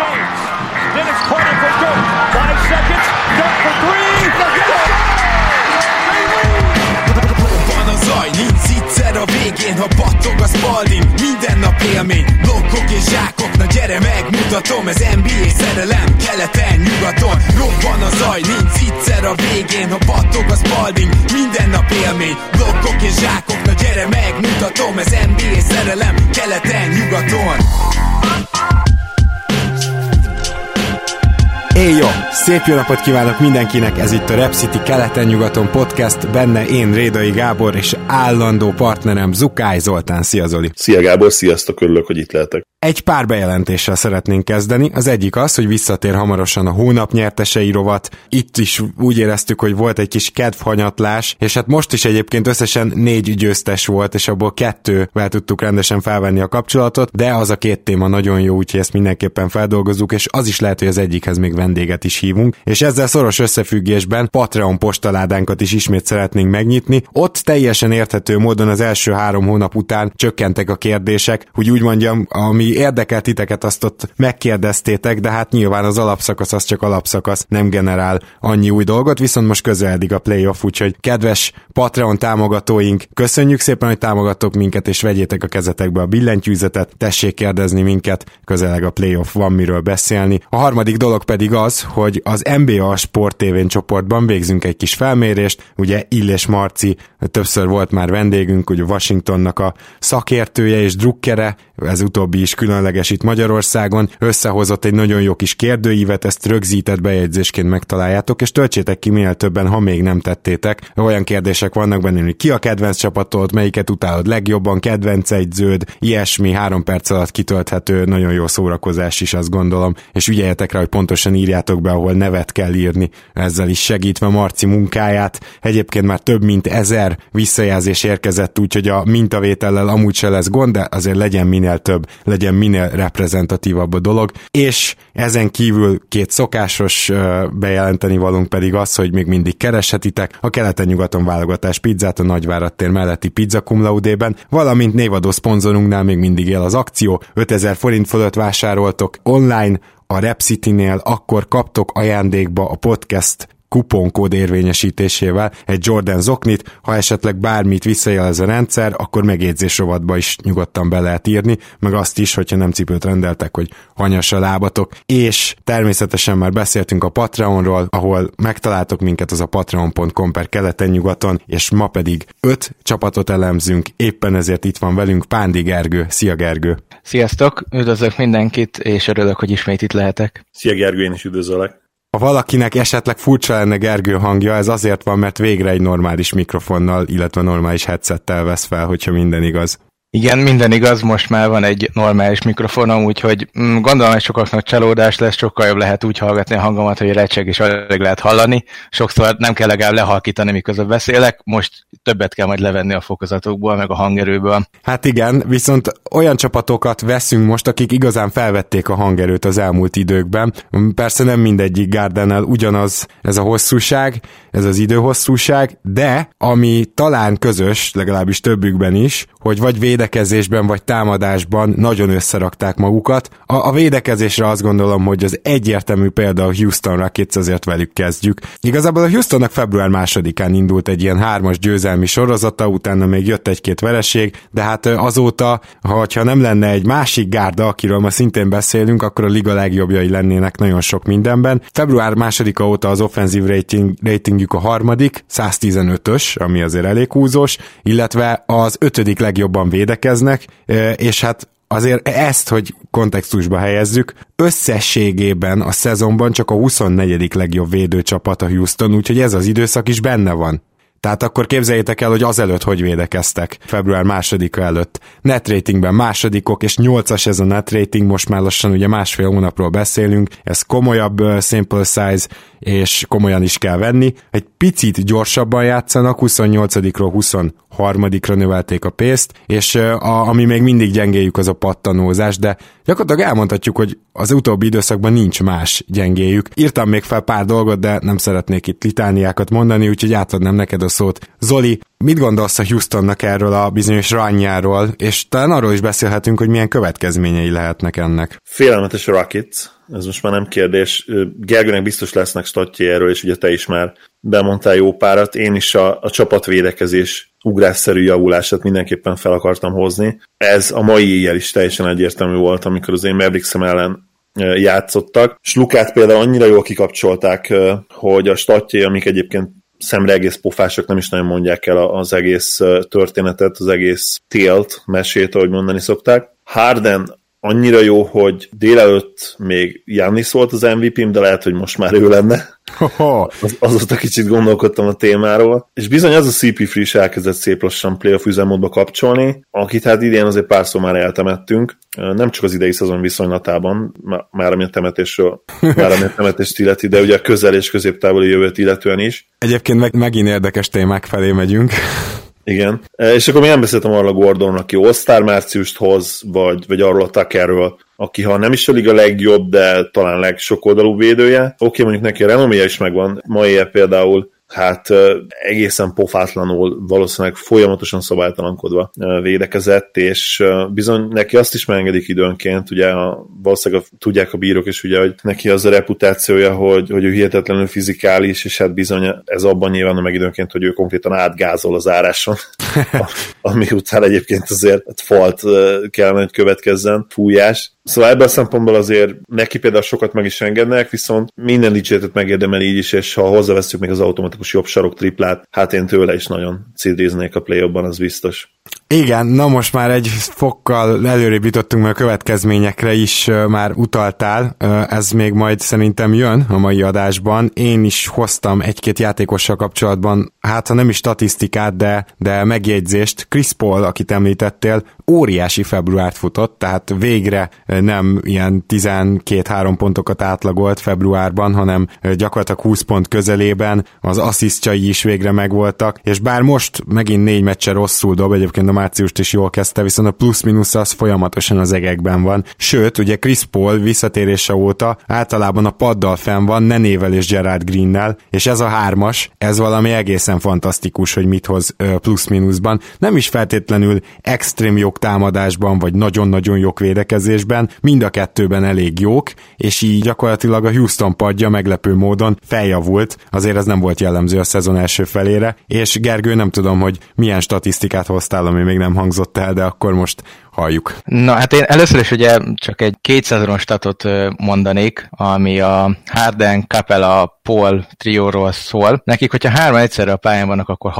James. Dennis corner for Dirk. 5 seconds. Dirk for 3. Van a zaj, nincs egyszer a végén, ha battog a Spalding. Minden nap élmény, blokkok és zsákok. Na gyere megmutatom, ez NBA szerelem. Keleten, nyugaton, robban a zaj, nincs egyszer a végén, ha battog a Spalding. Minden nap élmény, blokkok és zsákok. Na gyere megmutatom, ez NBA szerelem. Keleten, nyugaton. Jó, szép jó napot kívánok mindenkinek, ez itt a Rep City keleten-nyugaton podcast, benne én Rédai Gábor és állandó partnerem Zukály Zoltán. Szia Zoli! Szia Gábor, sziasztok, örülök, hogy itt lehetek. Egy pár bejelentéssel szeretnénk kezdeni. Az egyik az, hogy visszatér hamarosan a hónap nyertesei rovat. Itt is úgy éreztük, hogy volt egy kis kedvhanyatlás, és hát most is egyébként összesen 4 győztes volt, és abból 2-vel tudtuk rendesen felvenni a kapcsolatot, de az a 2 téma nagyon jó, úgyhogy ezt mindenképpen feldolgozzuk, és az is lehet, hogy az egyikhez még vendéget is hívunk. És ezzel szoros összefüggésben Patreon postaládánkat is ismét szeretnénk megnyitni. Ott teljesen érthető módon az első 3 hónap után csökkentek a kérdések, hogy úgy mondjam, ami érdekelt titeket, azt ott megkérdeztétek, de hát nyilván az alapszakasz az csak alapszakasz, nem generál annyi új dolgot, viszont most közeledik a playoff, úgyhogy kedves Patreon támogatóink, köszönjük szépen, hogy támogatok minket, és vegyétek a kezetekbe a billentyűzetet, tessék kérdezni minket, közeleg a playoff, van miről beszélni. A harmadik dolog pedig az, hogy az NBA Sport TV-n csoportban végzünk egy kis felmérést, ugye Illés Marci többször volt már vendégünk, ugye Washingtonnak a szakértője és drukkere, ez utóbbi is különleges itt Magyarországon, összehozott egy nagyon jó kis kérdőívet, ezt rögzített bejegyzésként megtaláljátok, és töltsétek ki minél többen, ha még nem tettétek. Olyan kérdések vannak benne, hogy ki a kedvenc csapatod, melyiket utálod legjobban, kedvenc egyződ, ilyesmi, 3 perc alatt kitölthető, nagyon jó szórakozás is, azt gondolom, és ügyeljetek rá, hogy pontosan írjátok be, ahol nevet kell írni, ezzel is segítve Marci munkáját. Egyébként már több mint 1000 visszajelzés érkezett, úgyhogy a mintavétellel amúgy se lesz gond, de azért legyen minél több, legyen minél reprezentatívabb a dolog, és ezen kívül 2 szokásos bejelenteni valunk pedig az, hogy még mindig kereshetitek a keleten-nyugaton válogatás pizzát a Nagyvárad tér melletti Pizza Cum Laude-ben, valamint névadó szponzorunknál még mindig él az akció, 5000 forint fölött vásároltok online a Rep City-nél, akkor kaptok ajándékba a podcast kuponkód érvényesítésével egy Jordan zoknit, ha esetleg bármit visszajelez a rendszer, akkor megjegyzés rovatba is nyugodtan be lehet írni, meg azt is, hogyha nem cipőt rendeltek, hogy hanyas a lábatok, és természetesen már beszéltünk a Patreonról, ahol megtaláltok minket, az a patreon.com/keleten-nyugaton, és ma pedig 5 csapatot elemzünk, éppen ezért itt van velünk Pándi Gergő. Szia Gergő! Sziasztok, üdvözlök mindenkit, és örülök, hogy ismét itt lehetek. Szia Gergő, én is üdvözöllek! Ha valakinek esetleg furcsa lenne Gergő hangja, ez azért van, mert végre egy normális mikrofonnal, illetve normális headsettel vesz fel, hogyha minden igaz. Igen, minden igaz, most már van egy normális mikrofonom, úgyhogy gondolom, hogy sokaknak csalódás lesz, sokkal jobb lehet úgy hallgatni a hangomat, hogy recseg és alig lehet hallani. Sokszor nem kell legalább lehalkítani, miközben beszélek, most többet kell majd levenni a fokozatokból, meg a hangerőből. Hát igen, viszont olyan csapatokat veszünk most, akik igazán felvették a hangerőt az elmúlt időkben. Persze nem mindegyik Gardennel ugyanaz ez a hosszúság, ez az időhosszúság, de ami talán közös, legalábbis többükben is, hogy vagy védekezésben, vagy támadásban nagyon összerakták magukat. A védekezésre azt gondolom, hogy az egyértelmű példa a Houston Rockets, azért velük kezdjük. Igazából a Houstonnak február 2-án indult egy ilyen 3-as győzelmi sorozata, utána még jött 1-2 vereség, de hát azóta, ha nem lenne egy másik gárda, akiről ma szintén beszélünk, akkor a liga legjobbjai lennének nagyon sok mindenben. Február 2-a óta az offenzív ratingjük a 3., 115-ös, ami azért elég húzós, illetve az 5. legjobban védekeznek, és hát azért ezt, hogy kontextusba helyezzük, összességében a szezonban csak a 24. legjobb védőcsapat a Houston, úgyhogy ez az időszak is benne van. Tehát akkor képzeljétek el, hogy azelőtt hogy védekeztek, február 2-a előtt. Net ratingben másodikok, és 8-as ez a net rating, most már lassan ugye 1,5 hónapról beszélünk, ez komolyabb sample size, és komolyan is kell venni. Egy picit gyorsabban játszanak, 28-ról 23-ra növelték a pace-t, és ami még mindig gyengéjük, az a pattanózás, de gyakorlatilag elmondhatjuk, hogy az utóbbi időszakban nincs más gyengéjük. Írtam még fel pár dolgot, de nem szeretnék itt litániákat mondani, úgyhogy átadnám neked a szót. Zoli, Mit gondolsz a Houstonnak erről a bizonyos runjáról, és talán arról is beszélhetünk, hogy milyen következményei lehetnek ennek? Félelmetes a Rockets, ez most már nem kérdés. Gergőnek biztos lesznek statjai erről, és ugye te is már bemondtál jó párat. Én is a csapatvédekezés ugrásszerű javulását mindenképpen fel akartam hozni. Ez a mai éjjel is teljesen egyértelmű volt, amikor az én Mavericksem ellen játszottak. És Lukát például annyira jól kikapcsolták, hogy a statjai, amik egyébként szemre egész pofások, nem is nagyon mondják el az egész történetet, az egész télt, mesét, ahogy mondani szokták. Harden annyira jó, hogy délelőtt még Giannis volt az MVP-m, de lehet, hogy most már ő lenne. Azóta kicsit gondolkodtam a témáról. És bizony az a CP3 is elkezdett szép lassan playoff üzemmódba kapcsolni, akit hát idén azért párszor már eltemettünk. Nem csak az idei szezon viszonylatában, már ami a temetést illeti, de ugye a közel és középtávoli jövőt illetően is. Egyébként megint érdekes témák felé megyünk. Igen. És akkor még nem beszéltem arról a Gordonról, aki All-Star márciust hoz, vagy arról a Tuckerről, aki ha nem is a liga legjobb, de talán legsokoldalú védője. Oké, mondjuk neki a renoméja is megvan. Ma éjjel például hát egészen pofátlanul, valószínűleg folyamatosan szabálytalankodva védekezett, és bizony neki azt is megengedik időnként, ugye valószínűleg tudják a bírók is, ugye, hogy neki az a reputációja, hogy ő hihetetlenül fizikális, és hát bizony ez abban nyilván meg időnként, hogy ő konkrétan átgázol az áráson, ami után egyébként azért falt kellene, hogy következzen, fújás. Szóval ebből a szempontból azért neki például sokat meg is engednek, viszont minden dicséretet megérdemel így is, és ha hozzáveszünk még az automatikus jobb sarok triplát, hát én tőle is nagyon cidriznék a play-offban, az biztos. Igen, na most már egy fokkal előrébb jutottunk, mert a következményekre is már utaltál, ez még majd szerintem jön a mai adásban. Én is hoztam egy-két játékossal kapcsolatban, hát ha nem is statisztikát, de megjegyzést. Chris Paul, akit említettél, óriási februárt futott, tehát végre nem ilyen 12-3 pontokat átlagolt februárban, hanem gyakorlatilag 20 pont közelében, az asszisztjai is végre megvoltak, és bár most megint 4 meccse rosszul dob, egyébként a márciust is jól kezdte, viszont a plusz-minusz az folyamatosan az egekben van. Sőt, ugye Chris Paul visszatérése óta általában a paddal fenn van, Nenével és Gerard Greennel, és ez a hármas, ez valami egészen fantasztikus, hogy mit hoz plusz-minuszban. Nem is feltétlenül extrém jók támadásban, vagy nagyon-nagyon jók védekezésben, mind a kettőben elég jók, és így gyakorlatilag a Houston padja meglepő módon feljavult, azért ez nem volt jellemző a szezon első felére, és Gergő, nem tudom, hogy milyen statisztikát hoztál, ami még nem hangzott el, de akkor most halljuk. Na, hát én először is ugye csak egy 200-on statot mondanék, ami a Harden, Capella, Paul trióról szól. Nekik, hogyha 3 egyszerre a pályán vannak, akkor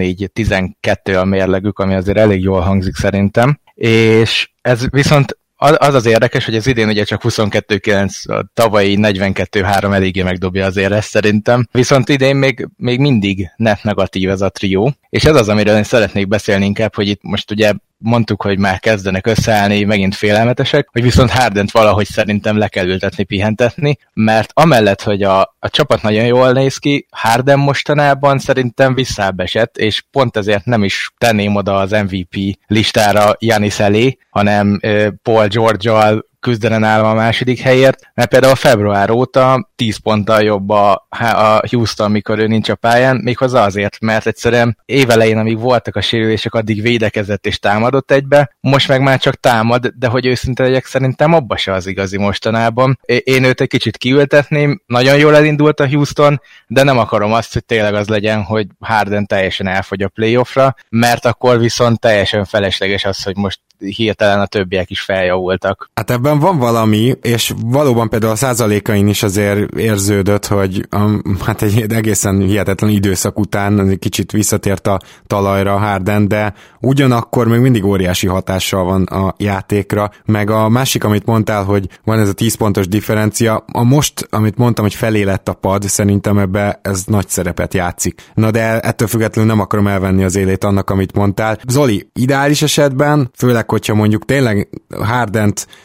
64-12 a mérlegük, ami azért elég jól hangzik szerintem. És ez viszont az érdekes, hogy az idén ugye csak 22-9, a tavalyi 42-3 eléggé megdobja azért ezt szerintem. Viszont idén még mindig net negatív ez a trió. És ez az, amiről én szeretnék beszélni inkább, hogy itt most ugye mondtuk, hogy már kezdenek összeállni, megint félelmetesek, hogy viszont Hardent valahogy szerintem le kell ültetni, pihentetni, mert amellett, hogy a csapat nagyon jól néz ki, Harden mostanában szerintem visszábbesett, és pont ezért nem is tenném oda az MVP listára Giannis elé, hanem Paul George-al küzdene nálam a második helyért, mert például a február óta 10 ponttal jobb a Houston, mikor ő nincs a pályán, méghozzá azért, mert egyszerűen évelején, amíg voltak a sérülések, addig védekezett és támadott egybe, most meg már csak támad, de hogy őszinte legyek, szerintem abba se az igazi mostanában. Én őt egy kicsit kiültetném, nagyon jól elindult a Houston, de nem akarom azt, hogy tényleg az legyen, hogy Harden teljesen elfogy a playoffra, mert akkor viszont teljesen felesleges az, hogy most hirtelen a többiek is feljavultak. Hát ebben van valami, és valóban például a százalékain is azért érződött, hogy hát egy egészen hihetetlen időszak után kicsit visszatért a talajra a Harden, de ugyanakkor még mindig óriási hatással van a játékra, meg a másik, amit mondtál, hogy van ez a 10 pontos differencia, a most, amit mondtam, hogy felé lett a pad, szerintem ebbe ez nagy szerepet játszik. Na de ettől függetlenül nem akarom elvenni az élét annak, amit mondtál. Zoli, ideális esetben, főleg hogyha mondjuk tényleg Hardent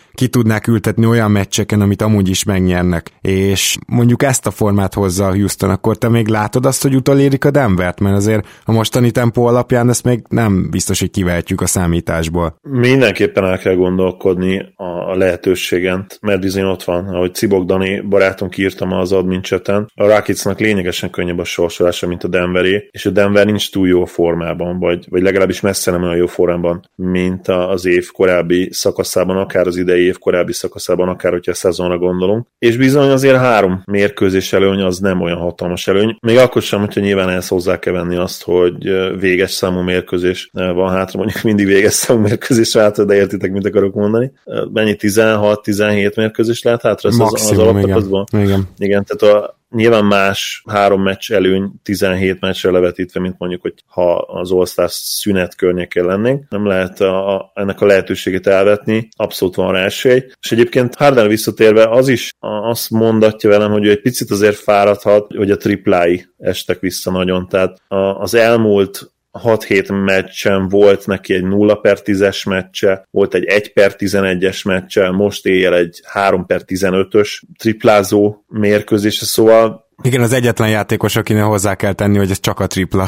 ki tudnák ültetni olyan meccseken, amit amúgy is megnyernek, és mondjuk ezt a formát hozza a Houston, akkor te még látod azt, hogy utolérik a Denvert, mert azért a mostani tempó alapján ezt még nem biztos, hogy kivehetjük a számításból. Mindenképpen el kell gondolkodni a lehetőségen, mert bizony ott van, ahogy Cibok Dani barátunk írta ma az admin chaten, a Rocketsnak lényegesen könnyebb a sorsolása, mint a Denveré, és a Denver nincs túl jó formában, vagy legalábbis messze nem olyan jó formában, mint az év korábbi szakaszában, akár az idei év korábbi szakaszában, akár hogyha a szezonra gondolunk. És bizony azért 3 mérkőzés előny az nem olyan hatalmas előny. Még akkor sem, hogyha nyilván ehhez hozzá kell venni azt, hogy véges számú mérkőzés van hátra, mondjuk mindig véges számú mérkőzés hátra, de értitek, mit akarok mondani. Mennyi 16-17 mérkőzés lehet hátra? Maximum, az alaptapaszban? Igen, tehát nyilván más 3 meccs előny 17 meccsre levetítve, mint mondjuk, hogy ha az All-Star szünet környékén lennénk. Nem lehet ennek a lehetőséget elvetni, abszolút van rá esély. És egyébként Harden visszatérve az is azt mondatja velem, hogy ő egy picit azért fáradhat, hogy a triplái estek vissza nagyon. Tehát az elmúlt 6-7 meccsen volt neki egy 0/10-es meccse, volt egy 1/11-es meccse, most éjjel egy 3/15-ös triplázó mérkőzése, szóval... Igen, az egyetlen játékos, akinek hozzá kell tenni, hogy ez csak a tripla.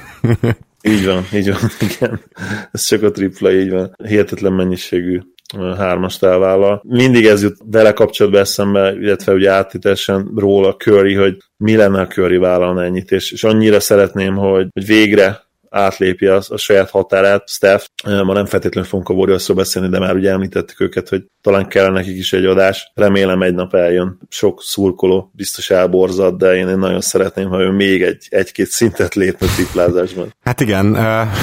Így van, igen. Ez csak a tripla, így van. Hihetetlen mennyiségű 3-ast elvállal. Mindig ez jut vele kapcsolatban eszembe, illetve ugye áttételesen róla Curry, hogy mi lenne a Curry vállalna ennyit, és annyira szeretném, hogy végre átlépje a saját határát. Steph, ma nem feltétlenül fogunk a Warriorsról beszélni, de már ugye említettük őket, hogy talán kellene nekik is egy adás. Remélem egy nap eljön. Sok szurkoló biztos elborzad, de én nagyon szeretném, ha ő még egy-két szintet lépne triplázásban. Hát igen,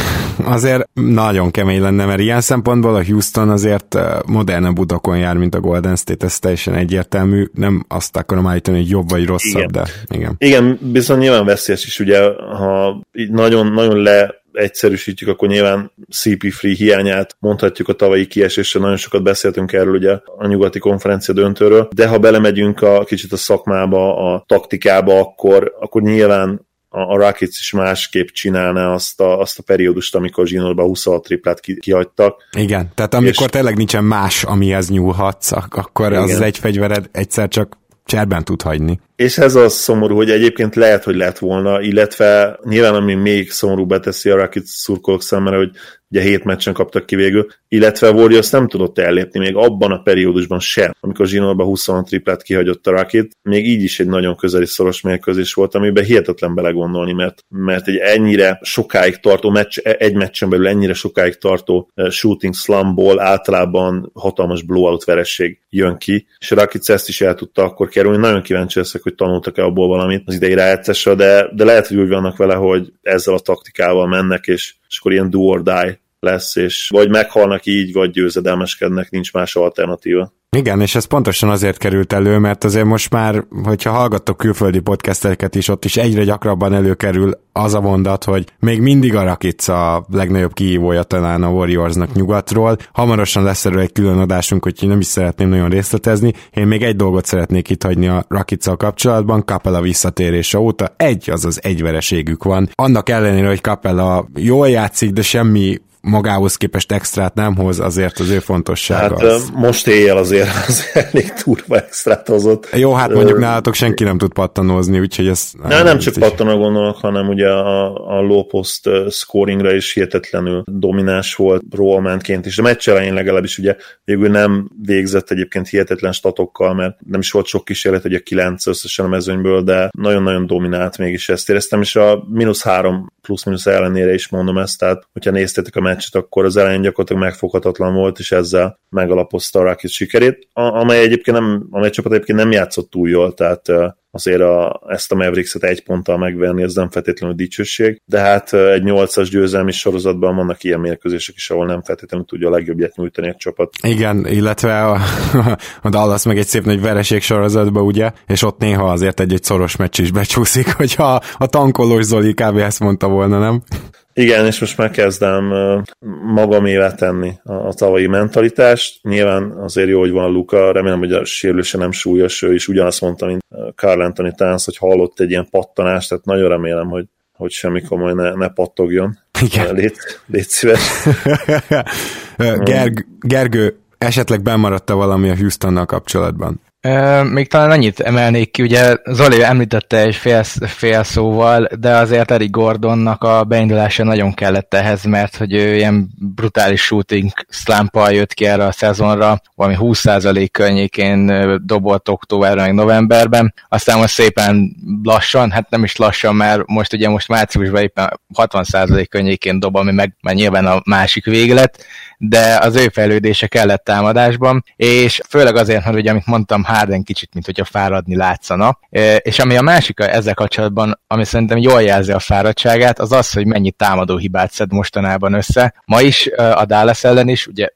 azért nagyon kemény lenne, mert ilyen szempontból a Houston azért modernebb utakon jár, mint a Golden State, ez teljesen egyértelmű. Nem azt akarom állítani, hogy jobb vagy rosszabb, igen. De igen. Igen, bizony nyilván veszélyes is, ugye, ha nagyon egyszerűsítjük, akkor nyilván CP3 hiányát mondhatjuk a tavalyi kiesésre, nagyon sokat beszéltünk erről ugye a nyugati konferencia döntőről, de ha belemegyünk kicsit a szakmába, a taktikába, akkor nyilván a Rockets is másképp csinálná azt a periódust, amikor Ginobili 26 triplát kihagytak. Igen, tehát amikor tényleg nincsen más, amihez nyúlhatsz, akkor igen. Az egy fegyvered egyszer csak cserben tud hagyni. És ez az szomorú, hogy egyébként lehet, hogy lett volna, illetve nyilván ami még szomorúbbá teszi a Rockets szurkolók számára, hogy ugye 7 meccsen kaptak ki végül, illetve a Warriors nem tudott ellépni még abban a periódusban sem, amikor Ginobili 26 triplát kihagyott a Rocket, még így is egy nagyon közeli szoros mérkőzés volt, amiben hihetetlen belegondolni, mert egy ennyire sokáig tartó egy meccsen belül ennyire sokáig tartó shooting slumból általában hatalmas blowout veresség jön ki, és a Rockets ezt is el tudta akkor kerülni. Nagyon kíváncsi leszek, hogy tanultak-e abból valamit az idei rájátszásra, de lehet, hogy úgy vannak vele, hogy ezzel a taktikával mennek, és akkor ilyen do or die lesz, és vagy meghalnak így, vagy győzedelmeskednek, nincs más alternatíva. Igen, és ez pontosan azért került elő, mert azért most már, hogyha hallgattok külföldi podcasteket is, ott is egyre gyakrabban előkerül az a mondat, hogy még mindig a Rockets a legnagyobb kihívója talán a Warriorsnak nyugatról. Hamarosan lesz erről egy külön adásunk, úgyhogy nem is szeretném nagyon részletezni. Én még egy dolgot szeretnék itt hagyni a Rocketssal kapcsolatban, Capella visszatérése óta egy vereségük van. Annak ellenére, hogy Capella jól játszik, de semmi magához képest extrát nem hoz, azért az ő fontossága. Hát az... most éjjel azért az elég turva extrát hozott. Jó, hát mondjuk nálatok senki nem tud pattanózni, úgyhogy ez... Nem csak pattanóra gondolok, hanem ugye a low post scoringra is hihetetlenül domináns volt rollmanként is. A meccs elején legalábbis ugye végül nem végzett egyébként hihetetlen statokkal, mert nem is volt sok kísérlet, ugye 9 összesen a mezőnyből, de nagyon-nagyon dominált, mégis ezt éreztem, és a -3 plusz-minusz ellenére is mondom ezt, tehát hogyha néztétek a meccset, akkor az elején gyakorlatilag megfoghatatlan volt, és ezzel megalapozta a Rockets sikerét, amely csapat egyébként nem játszott túl jól, tehát azért ezt a Mavericks-et 1 ponttal megverni, ez nem feltétlenül dicsőség, de hát egy 8-as győzelmi sorozatban vannak ilyen mérkőzések is, ahol nem feltétlenül tudja a legjobbját nyújtani a csapat. Igen, illetve a Dallas meg egy szép nagy vereség sorozatban, ugye, és ott néha azért egy szoros meccs is becsúszik, hogyha a tankolós Zoli kb. Ezt mondta volna, nem? Igen, és most már kezdem magamévá tenni a tavalyi mentalitást. Nyilván azért jó, hogy van Luka, remélem, hogy a sérülése nem súlyos, ő is ugyanazt mondta, mint Karl Anthony Towns, hogy hallott egy ilyen pattanást, tehát nagyon remélem, hogy semmi komoly ne pattogjon. Igen. Légy szíves. Gergő, esetleg bennmaradt-e valami a Houstonnal kapcsolatban? Még talán annyit emelnék ki, ugye Zoli említette egy fél szóval, de azért Eric Gordonnak a beindulása nagyon kellett ehhez, mert hogy ő ilyen brutális shooting slumpal jött ki erre a szezonra, valami 20% környékén dobott októberben, meg novemberben, aztán most szépen lassan, hát nem is lassan, mert most márciusban éppen 60% környékén dob, ami meg már nyilván a másik véglet, de az ő fejlődése kellett támadásban, és főleg azért, mert ugye, amit mondtam, Harden kicsit, mint hogyha fáradni látszana, és ami a másik ezzel kapcsolatban, ami szerintem jól jelzi a fáradtságát, az az, hogy mennyi támadó hibát szed mostanában össze. Ma is a Dallas ellen is, ugye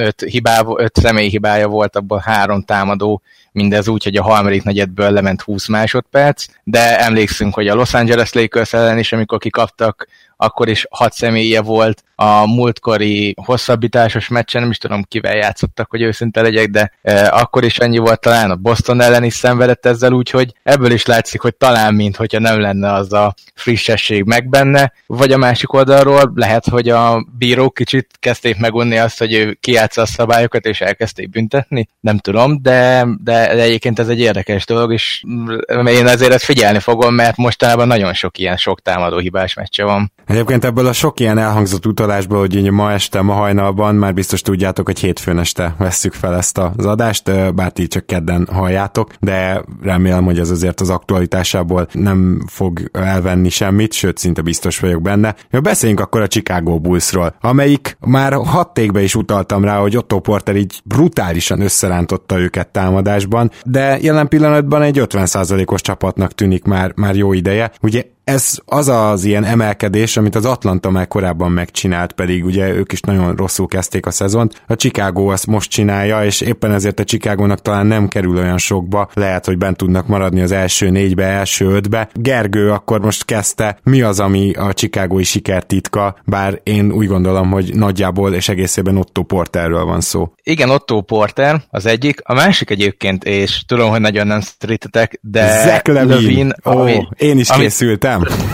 5 személyi hibája volt, abból 3 támadó, mindez úgy, hogy a harmadik negyedből lement 20 másodperc, de emlékszünk, hogy a Los Angeles Lakers ellen is, amikor kikaptak, akkor is 6 személye volt, a múltkori hosszabbításos meccsen, nem is tudom kivel játszottak, hogy őszinte legyek, de akkor is ennyi volt, talán a Boston ellen is szenvedett ezzel, úgyhogy ebből is látszik, hogy talán minthogyha nem lenne az a frissesség meg benne, vagy a másik oldalról lehet, hogy a bírók kicsit kezdték megunni azt, hogy ő kijátsza a szabályokat, és elkezdték büntetni, nem tudom, de egyébként ez egy érdekes dolog, és én azért ezt figyelni fogom, mert mostanában nagyon sok támadó hibás meccse van. Egyébként ebből a sok ilyen elhangzott utalásból, hogy ma hajnalban már biztos tudjátok, hogy hétfőn este vesszük fel ezt az adást, bár ti csak kedden halljátok, de remélem, hogy ez azért az aktualitásából nem fog elvenni semmit, sőt, szinte biztos vagyok benne. Beszéljünk akkor a Chicago Bullsról, amelyik már 6 tékbe is utaltam rá, hogy Otto Porter így brutálisan összerántotta őket támadásban, de jelen pillanatban egy 50%-os csapatnak tűnik már jó ideje. Ugye ez az ilyen emelkedés, amit az Atlanta már korábban megcsinált, pedig ugye ők is nagyon rosszul kezdték a szezont. A Chicago azt most csinálja, és éppen ezért a Chicagónak talán nem kerül olyan sokba, lehet, hogy bent tudnak maradni az első 4-be, első 5-be. Gergő akkor most kezdte, mi az, ami a chicagói sikertitka, bár én úgy gondolom, hogy nagyjából és egészében Otto Porterről van szó. Igen, Otto Porter az egyik, a másik egyébként, és tudom, hogy nagyon nem szerintetek, de Zach LaVine. Én is készültem.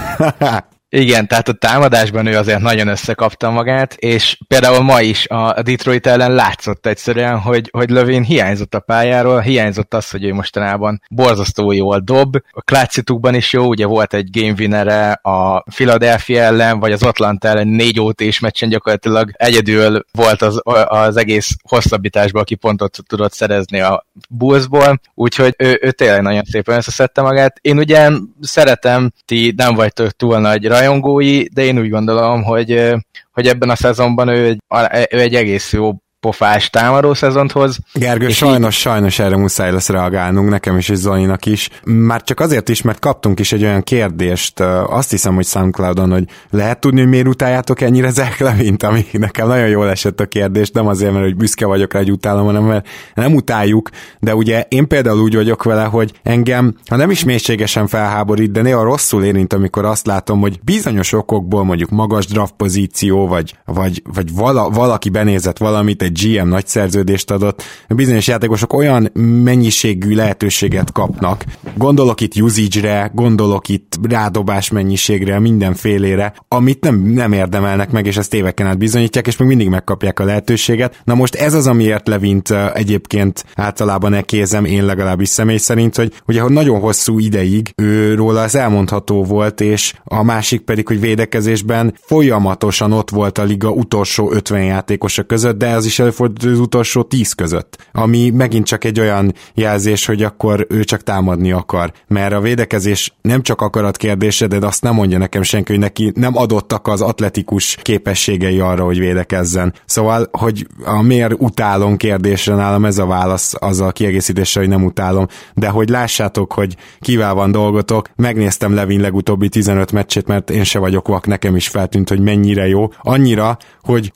Igen, tehát a támadásban ő azért nagyon összekapta magát, és például ma is a Detroit ellen látszott egyszerűen, hogy LaVine hiányzott a pályáról, hiányzott az, hogy ő mostanában borzasztó jól dob. A Clutch-ukban is jó, ugye volt egy game winnere a Philadelphia ellen, vagy az Atlanta ellen 4 OT-s meccsen gyakorlatilag egyedül volt az egész hosszabbításból, aki pontot tudott szerezni a Bullsból, úgyhogy ő tényleg nagyon szépen összeszedte magát. Én ugye szeretem, ti nem vagytok túl nagy rajongói, de én úgy gondolom, hogy ebben a szezonban ő egy egész jó pofás támadó szezont hoz. Gergő, sajnos erre muszáj lesz reagálnunk, nekem is és Zolinak is. Már csak azért is, mert kaptunk is egy olyan kérdést, azt hiszem, hogy SoundCloudon, hogy lehet tudni, hogy miért utáljátok ennyire Zach LaVine-t, ami nekem nagyon jól esett a kérdés, nem azért, mert hogy büszke vagyok rá, hogy utálom, hanem mert nem utáljuk, de ugye én például úgy vagyok vele, hogy engem, ha nem is mélységesen felháborít, de néha rosszul érint, amikor azt látom, hogy bizonyos okokból mondjuk magas draft pozíció, vagy valaki benézett valamit, egy GM nagy szerződést adott, bizonyos játékosok olyan mennyiségű lehetőséget kapnak. Gondolok itt usage-re, gondolok itt rádobás mennyiségre, mindenfélére, amit nem érdemelnek meg, és ezt éveken át bizonyítják, és még mindig megkapják a lehetőséget. Na most ez az, amiért LaVine-t egyébként általában ekézem, én legalábbis személy szerint, hogy ugye nagyon hosszú ideig róla ez elmondható volt, és a másik pedig, hogy védekezésben folyamatosan ott volt a liga utolsó 50 játékosa között, de ez is előfordult az utolsó 10 között, ami megint csak egy olyan jelzés, hogy akkor ő csak támadni akar, mert a védekezés nem csak akarat kérdése, de azt nem mondja nekem senki, hogy neki nem adottak az atletikus képességei arra, hogy védekezzen. Szóval, hogy a miért utálom kérdésre nálam ez a válasz, az a kiegészítésre, hogy nem utálom, de hogy lássátok, hogy kivel van dolgotok, megnéztem LaVine legutóbbi 15 meccsét, mert én se vagyok vak, nekem is feltűnt, hogy mennyire jó. Annyira, hogy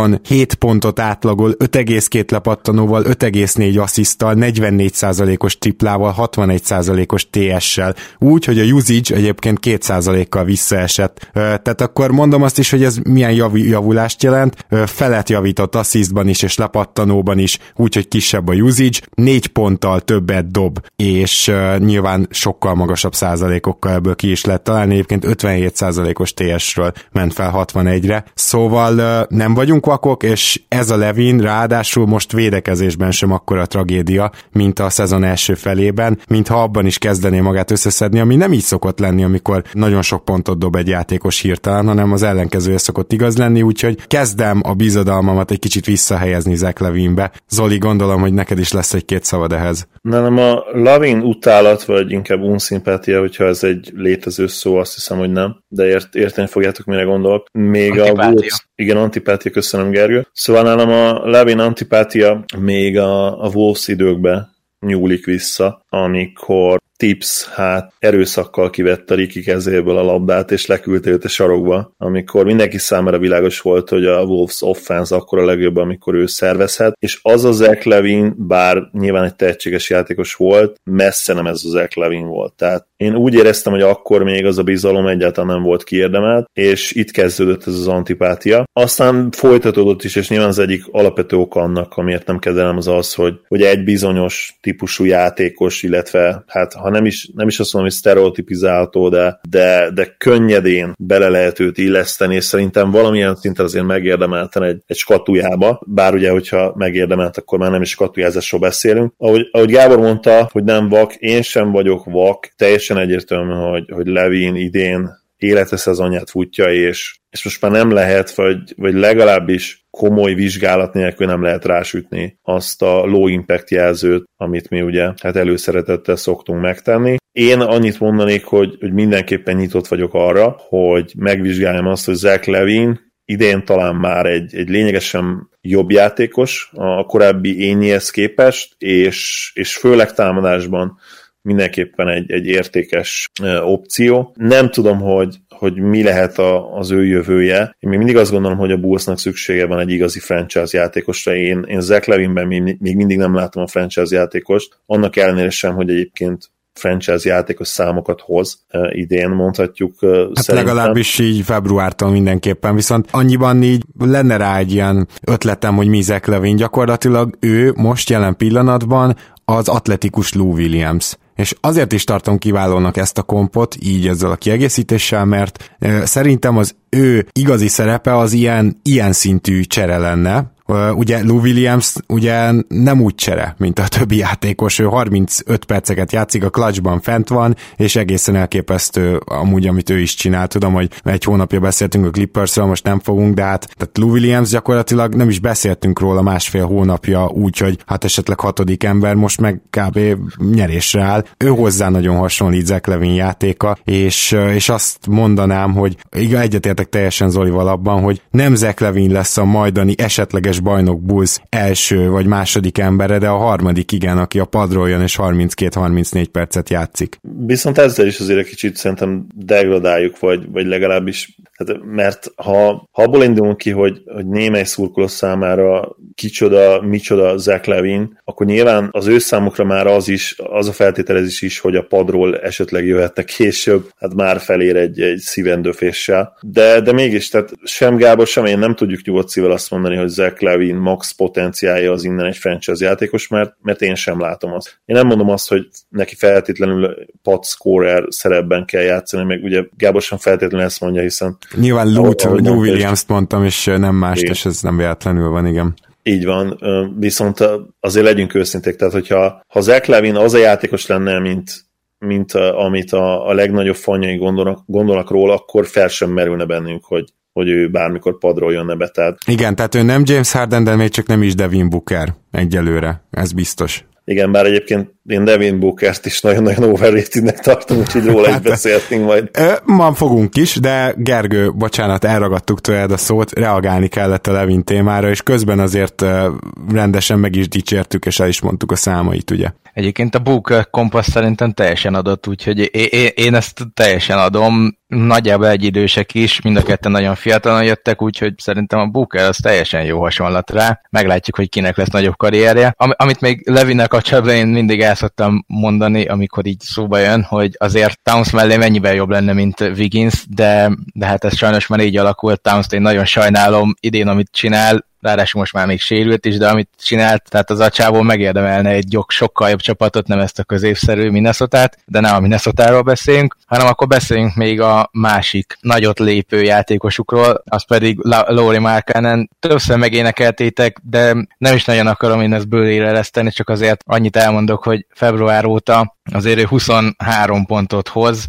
27 pontot átlagol, 5,2 lepattanóval, 5,4 assziszttal, 44%-os triplával, 61%-os TS-sel. Úgy, hogy a usage egyébként 2%-kal visszaesett. Tehát akkor mondom azt is, hogy ez milyen javulást jelent. Felet javított asszisztban is, és lepattanóban is, úgy, hogy kisebb a usage, 4 ponttal többet dob, és nyilván sokkal magasabb százalékokkal ebből ki is lehet találni. Egyébként 57%-os TS-ről ment fel 61-re. Szóval nem vagyunk vakok, és ez a LaVine Levin ráadásul most védekezésben sem akkora tragédia, mint a szezon első felében, mintha abban is kezdené magát összeszedni, ami nem így szokott lenni, amikor nagyon sok pontot dob egy játékos hirtelen, hanem az ellenkezője szokott igaz lenni, úgyhogy kezdem a bizodalmamat egy kicsit visszahelyezni Zach Levinbe. Zoli, gondolom, hogy neked is lesz egy-két szavad ehhez. Nem, a Levin utálat, vagy inkább unszimpátia, hogyha ez egy létező szó, azt hiszem, hogy nem, de érteni fogjátok, mire gondolok. Még antipátia. Igen, antipátia, köszönöm, Gergő. Szóval nálam a Levin antipátia még a Wolves időkbe nyúlik vissza, amikor Tips erőszakkal kivette Ricky kezéből a labdát, és leküldte őt a sarokba, amikor mindenki számára világos volt, hogy a Wolves offense akkor a legjobb, amikor ő szervezhet, és az a Zach Levin, bár nyilván egy tehetséges játékos volt, messze nem ez a Zach Levin volt. Tehát én úgy éreztem, hogy akkor még az a bizalom egyáltalán nem volt kiérdemelt, és itt kezdődött ez az antipátia. Aztán folytatódott is, és nyilván az egyik alapvető oka annak, amiért nem kedvelem, az, hogy egy bizonyos típusú játékos, illetve ha nem is azt mondom, hogy sztereotipizálható, de könnyedén bele lehet őt illeszteni, és szerintem valamilyen szinten azért megérdemelten egy skatujába, bár ugye, hogyha megérdemelt, akkor már nem is skatujázásról beszélünk. Ahogy Gábor mondta, hogy nem vak, én sem vagyok vak, teljesen egyértelmű, hogy Levin idén élete szezonját futja, és most már nem lehet, vagy legalábbis komoly vizsgálat nélkül nem lehet rásütni azt a low impact jelzőt, amit mi ugye előszeretettel szoktunk megtenni. Én annyit mondanék, hogy mindenképpen nyitott vagyok arra, hogy megvizsgáljam azt, hogy Zach Levin idén talán már egy lényegesen jobb játékos a korábbi ényéhez képest, és főleg támadásban mindenképpen egy értékes opció. Nem tudom, hogy mi lehet az ő jövője. Én még mindig azt gondolom, hogy a Bullsnak szüksége van egy igazi franchise játékosra. Én Zach Levinben még mindig nem látom a franchise játékost. Annak ellenére sem, hogy egyébként franchise játékos számokat hoz idén, mondhatjuk. Legalábbis így februártól mindenképpen, viszont annyiban így lenne rá egy ilyen ötletem, hogy mi Zach Levin, gyakorlatilag ő most jelen pillanatban az atletikus Lou Williams. És azért is tartom kiválónak ezt a kompot, így ezzel a kiegészítéssel, mert szerintem az ő igazi szerepe az ilyen szintű csere lenne. Ugye Lou Williams ugye nem úgy csere, mint a többi játékos, ő 35 perceket játszik, a clutchban fent van, és egészen elképesztő amúgy, amit ő is csinál. Tudom, hogy egy hónapja beszéltünk a Clippersről, most nem fogunk, de tehát Lou Williams gyakorlatilag nem is beszéltünk róla másfél hónapja, úgyhogy esetleg 6. ember, most meg kb. Nyerésre áll. Ő hozzá nagyon hasonlít Zach Levin játéka, és azt mondanám, hogy egyetértek teljesen Zolival abban, hogy nem Zach Levin lesz a majdani esetleges bajnok Bulls első vagy második embere, de a harmadik igen, aki a padról jön és 32-34 percet játszik. Viszont ezzel is azért egy kicsit szerintem degradáljuk, vagy legalábbis, mert ha abból indulunk ki, hogy némely szurkoló számára micsoda Zach Levin, akkor nyilván az ő számukra már az a feltételezés is, hogy a padról esetleg jöhetnek később, már felér egy szívendőféssel. De mégis, tehát sem Gábor, sem én nem tudjuk nyugodt szívvel azt mondani, hogy Zach Levin max potenciálja az innen egy franchise játékos, mert én sem látom azt. Én nem mondom azt, hogy neki feltétlenül pad scorer szerepben kell játszani, meg ugye Gábor sem feltétlenül ezt mondja, hiszen nyilván Lou Williams-t mondtam, és nem mást, és ez nem véletlenül van, igen. Így van, viszont azért legyünk őszinték, tehát hogyha Zach Levin az a játékos lenne, mint amit a legnagyobb fanjai gondolnak róla, akkor fel sem merülne bennünk, hogy ő bármikor padról jönne be. Tehát... Igen, tehát ő nem James Harden, de még csak nem is Devin Booker egyelőre, ez biztos. Igen, bár egyébként én Devin Bookert is nagyon-nagyon overratednek tartom, úgyhogy róla is beszéltünk majd. Ma fogunk is, de Gergő, bocsánat, elragadtuk tőled a szót, reagálni kellett a Levin témára, és közben azért rendesen meg is dicsértük, és el is mondtuk a számait, ugye? Egyébként a Booker kompasz szerintem teljesen adott, úgyhogy én ezt teljesen adom, nagyjából egyidősek is, mind a ketten nagyon fiatalon jöttek, úgyhogy szerintem a Booker az teljesen jó hasonlat rá. Meglátjuk, hogy kinek lesz nagyobb karrierje. Amit még Levinnel kapcsolatban én mindig el szoktam mondani, amikor így szóba jön, hogy azért Towns mellé mennyivel jobb lenne, mint Wiggins, de hát ez sajnos már így alakult. Towns-t én nagyon sajnálom idén, amit csinál, ráadásul most már még sérült is, de amit csinált, tehát az a csávó megérdemelne egy sokkal jobb csapatot, nem ezt a középszerű Minnesotát, de nem a Minnesotáról beszélünk, hanem akkor beszéljünk még a másik nagyot lépő játékosukról, az pedig Lauri Markkanen. Többször megénekeltétek, de nem is nagyon akarom én ezt bőlére ereszteni, csak azért annyit elmondok, hogy február óta azért ő 23 pontot hoz,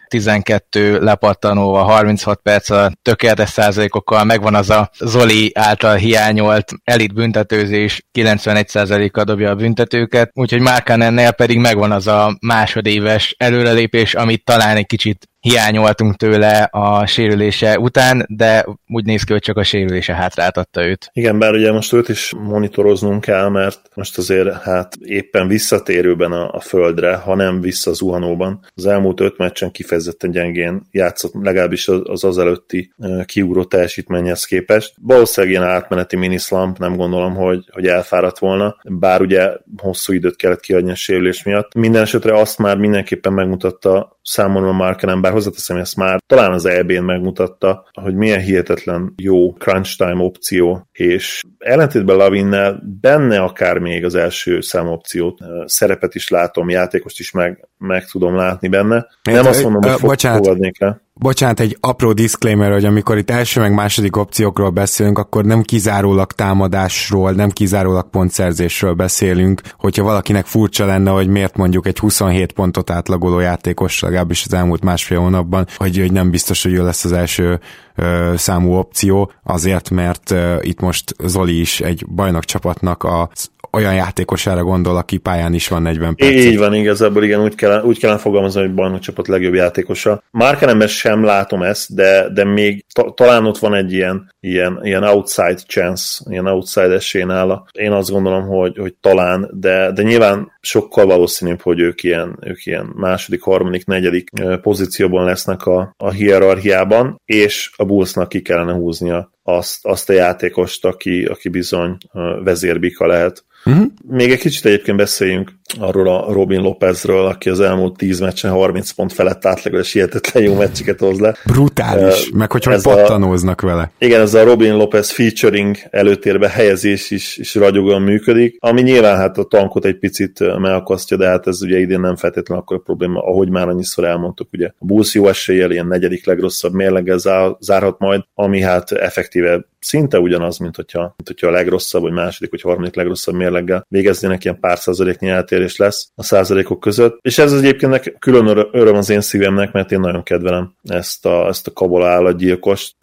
12 lepattanóval, 36 perc alatt, tökéletes százalékokkal, megvan az a Zoli által hiányolt elit büntetőzés, 91%-kal dobja a büntetőket, úgyhogy Markkanennel pedig megvan az a másodéves előrelépés, amit talán egy kicsit hiányoltunk tőle a sérülése után, de úgy néz ki, hogy csak a sérülése hátráltatta őt. Igen, bár ugye most őt is monitoroznunk kell, mert most azért hát éppen visszatérőben a földre, ha nem visszazuhanóban. Az elmúlt 5 meccsen kifejezetten gyengén játszott, legalábbis az előtti kiugró teljesítményhez képest. Valószínűleg ilyen átmeneti miniszlamp, nem gondolom, hogy elfáradt volna, bár ugye hosszú időt kellett kiadni a sérülés miatt. Minden esetre azt már mindenképpen megmutatta számomra Markkanen, bár hozzáteszem, ezt már talán az EB-n megmutatta, hogy milyen hihetetlen jó crunch time opció, és ellentétben Lavinnel benne akár még az első számú opciót, szerepet is látom, játékost is meg tudom látni benne. Nem azt mondom, hogy fogadnék el. Bocsánat, egy apró disclaimer, hogy amikor itt első meg második opciókról beszélünk, akkor nem kizárólag támadásról, nem kizárólag pontszerzésről beszélünk, hogyha valakinek furcsa lenne, hogy miért mondjuk egy 27 pontot átlagoló játékos, legalábbis az elmúlt másfél hónapban, hogy nem biztos, hogy ő lesz az első számú opció, azért, mert itt most Zoli is egy bajnokcsapatnak olyan játékosára gondol, aki pályán is van 40 percet. Így van, igazából igen, úgy kellene fogalmazni, hogy bajnokcsapat legjobb játékosa. Markkanenben sem látom ezt, de még talán ott van egy ilyen outside chance, ilyen outside esély nála. Én azt gondolom, hogy talán, de nyilván sokkal valószínűbb, hogy ők ilyen második, harmadik, negyedik pozícióban lesznek a hierarchiában, és a Bullsnak ki kellene húznia azt a játékost, aki bizony vezérbika lehet. Uh-huh. Még egy kicsit egyébként beszéljünk arról a Robin Lopezről, aki az elmúlt 10 meccsen 30 pont felett átlagos hihetetlen jó meccseket hoz le. Brutális, meg hogy pattanóznak vele. Igen, ez a Robin Lopez featuring előtérbe helyezés is ragyogóan működik, ami nyilván hát a tankot egy picit megakasztja, de hát ez ugye idén nem feltétlenül akkor a probléma, ahogy már annyiszor elmondtuk, ugye a Bulls jó eséllyel ilyen negyedik legrosszabb mérleggel zárhat majd, ami hát effektíve szinte ugyanaz, mint hogyha a legrosszabb, vagy második, vagy harmadik legrosszabb mérleggel végeznének, ilyen pár százaléknyi eltérés lesz a százalékok között. És ez egyébként külön öröm az én szívemnek, mert én nagyon kedvelem ezt a Kabala állatgyilkost.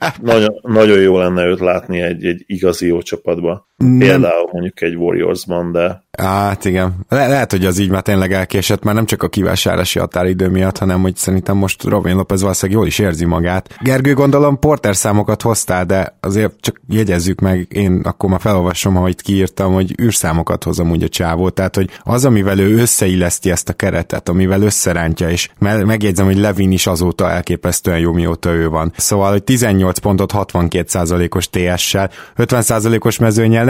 Nagyon jó lenne őt látni egy igazi jó csapatba. Például mondjuk egy Warriorsban, de... Hát igen. Lehet, hogy az így már tényleg elkésett, már nem csak a kivásárlási határidő miatt, hanem hogy szerintem most Robin Lopez valószínűleg jól is érzi magát. Gergő, gondolom Porter számokat hoztál, de azért csak jegyezzük meg, én akkor már felolvasom, ahogy kiírtam, hogy űrszámokat hozom úgy a csávó, tehát hogy az, amivel ő összeilleszti ezt a keretet, amivel összerántja, és megjegyzem, hogy Levin is azóta elképesztően jó, mióta ő van. Szóval, hogy 18 pontot 62%-os TS-sel, 50%-os mezőnnyel,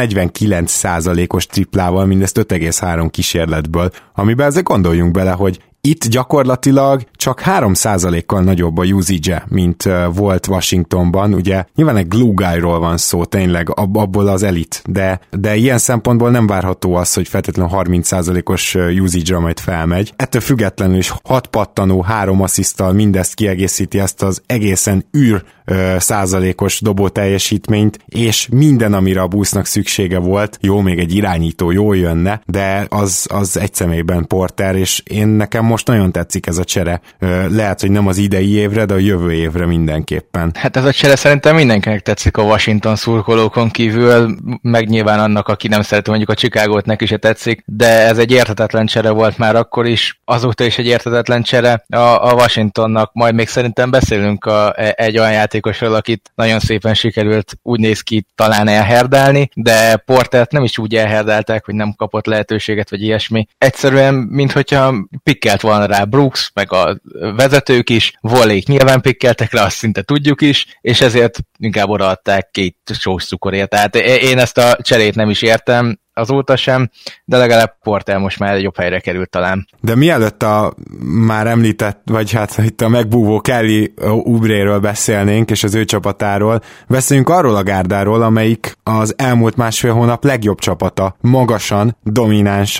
49%-os triplával, mindezt 5,3 kísérletből, amiben ezzel gondoljunk bele, hogy itt gyakorlatilag csak 3%-kal nagyobb a usage, mint volt Washingtonban. Ugye nyilván egy glue guy-ról van szó, tényleg abból az elit, de ilyen szempontból nem várható az, hogy feltétlenül 30%-os usage-ra majd felmegy. Ettől függetlenül is 6 pattanó, 3 assziszttal mindezt kiegészíti ezt az egészen százalékos dobó teljesítményt, és minden, amire a Bullsnak szüksége volt, jó, még egy irányító jól jönne, de az egy személyben Porter, és nekem most nagyon tetszik ez a csere. Lehet, hogy nem az idei évre, de a jövő évre mindenképpen. Hát ez a csere szerintem mindenkinek tetszik a Washington szurkolókon kívül, meg nyilván annak, aki nem szereti, mondjuk a Chicagót neki se tetszik, de ez egy érthetetlen csere volt már akkor is, azóta is egy érthetetlen csere a Washingtonnak, majd még szerintem beszélünk egy olyan játékosról, akit nagyon szépen sikerült, úgy néz ki, talán elherdálni, de Portert nem is úgy elherdálták, hogy nem kapott lehetőséget, vagy ilyesmi. Egyszerűen, minthogyha pikkelt volna rá Brooks, meg a vezetők is, Volleyt nyilván pikkeltek rá, azt szinte tudjuk is, és ezért inkább odaadták 2 sós cukorért. Tehát én ezt a cserét nem is értem, azóta sem, de legalább Porter most már jobb helyre került talán. De mielőtt a már említett, vagy hát itt a megbúvó Kelly Oubréről beszélnénk, és az ő csapatáról, beszéljünk arról a gárdáról, amelyik az elmúlt másfél hónap legjobb csapata, magasan, dominánsan,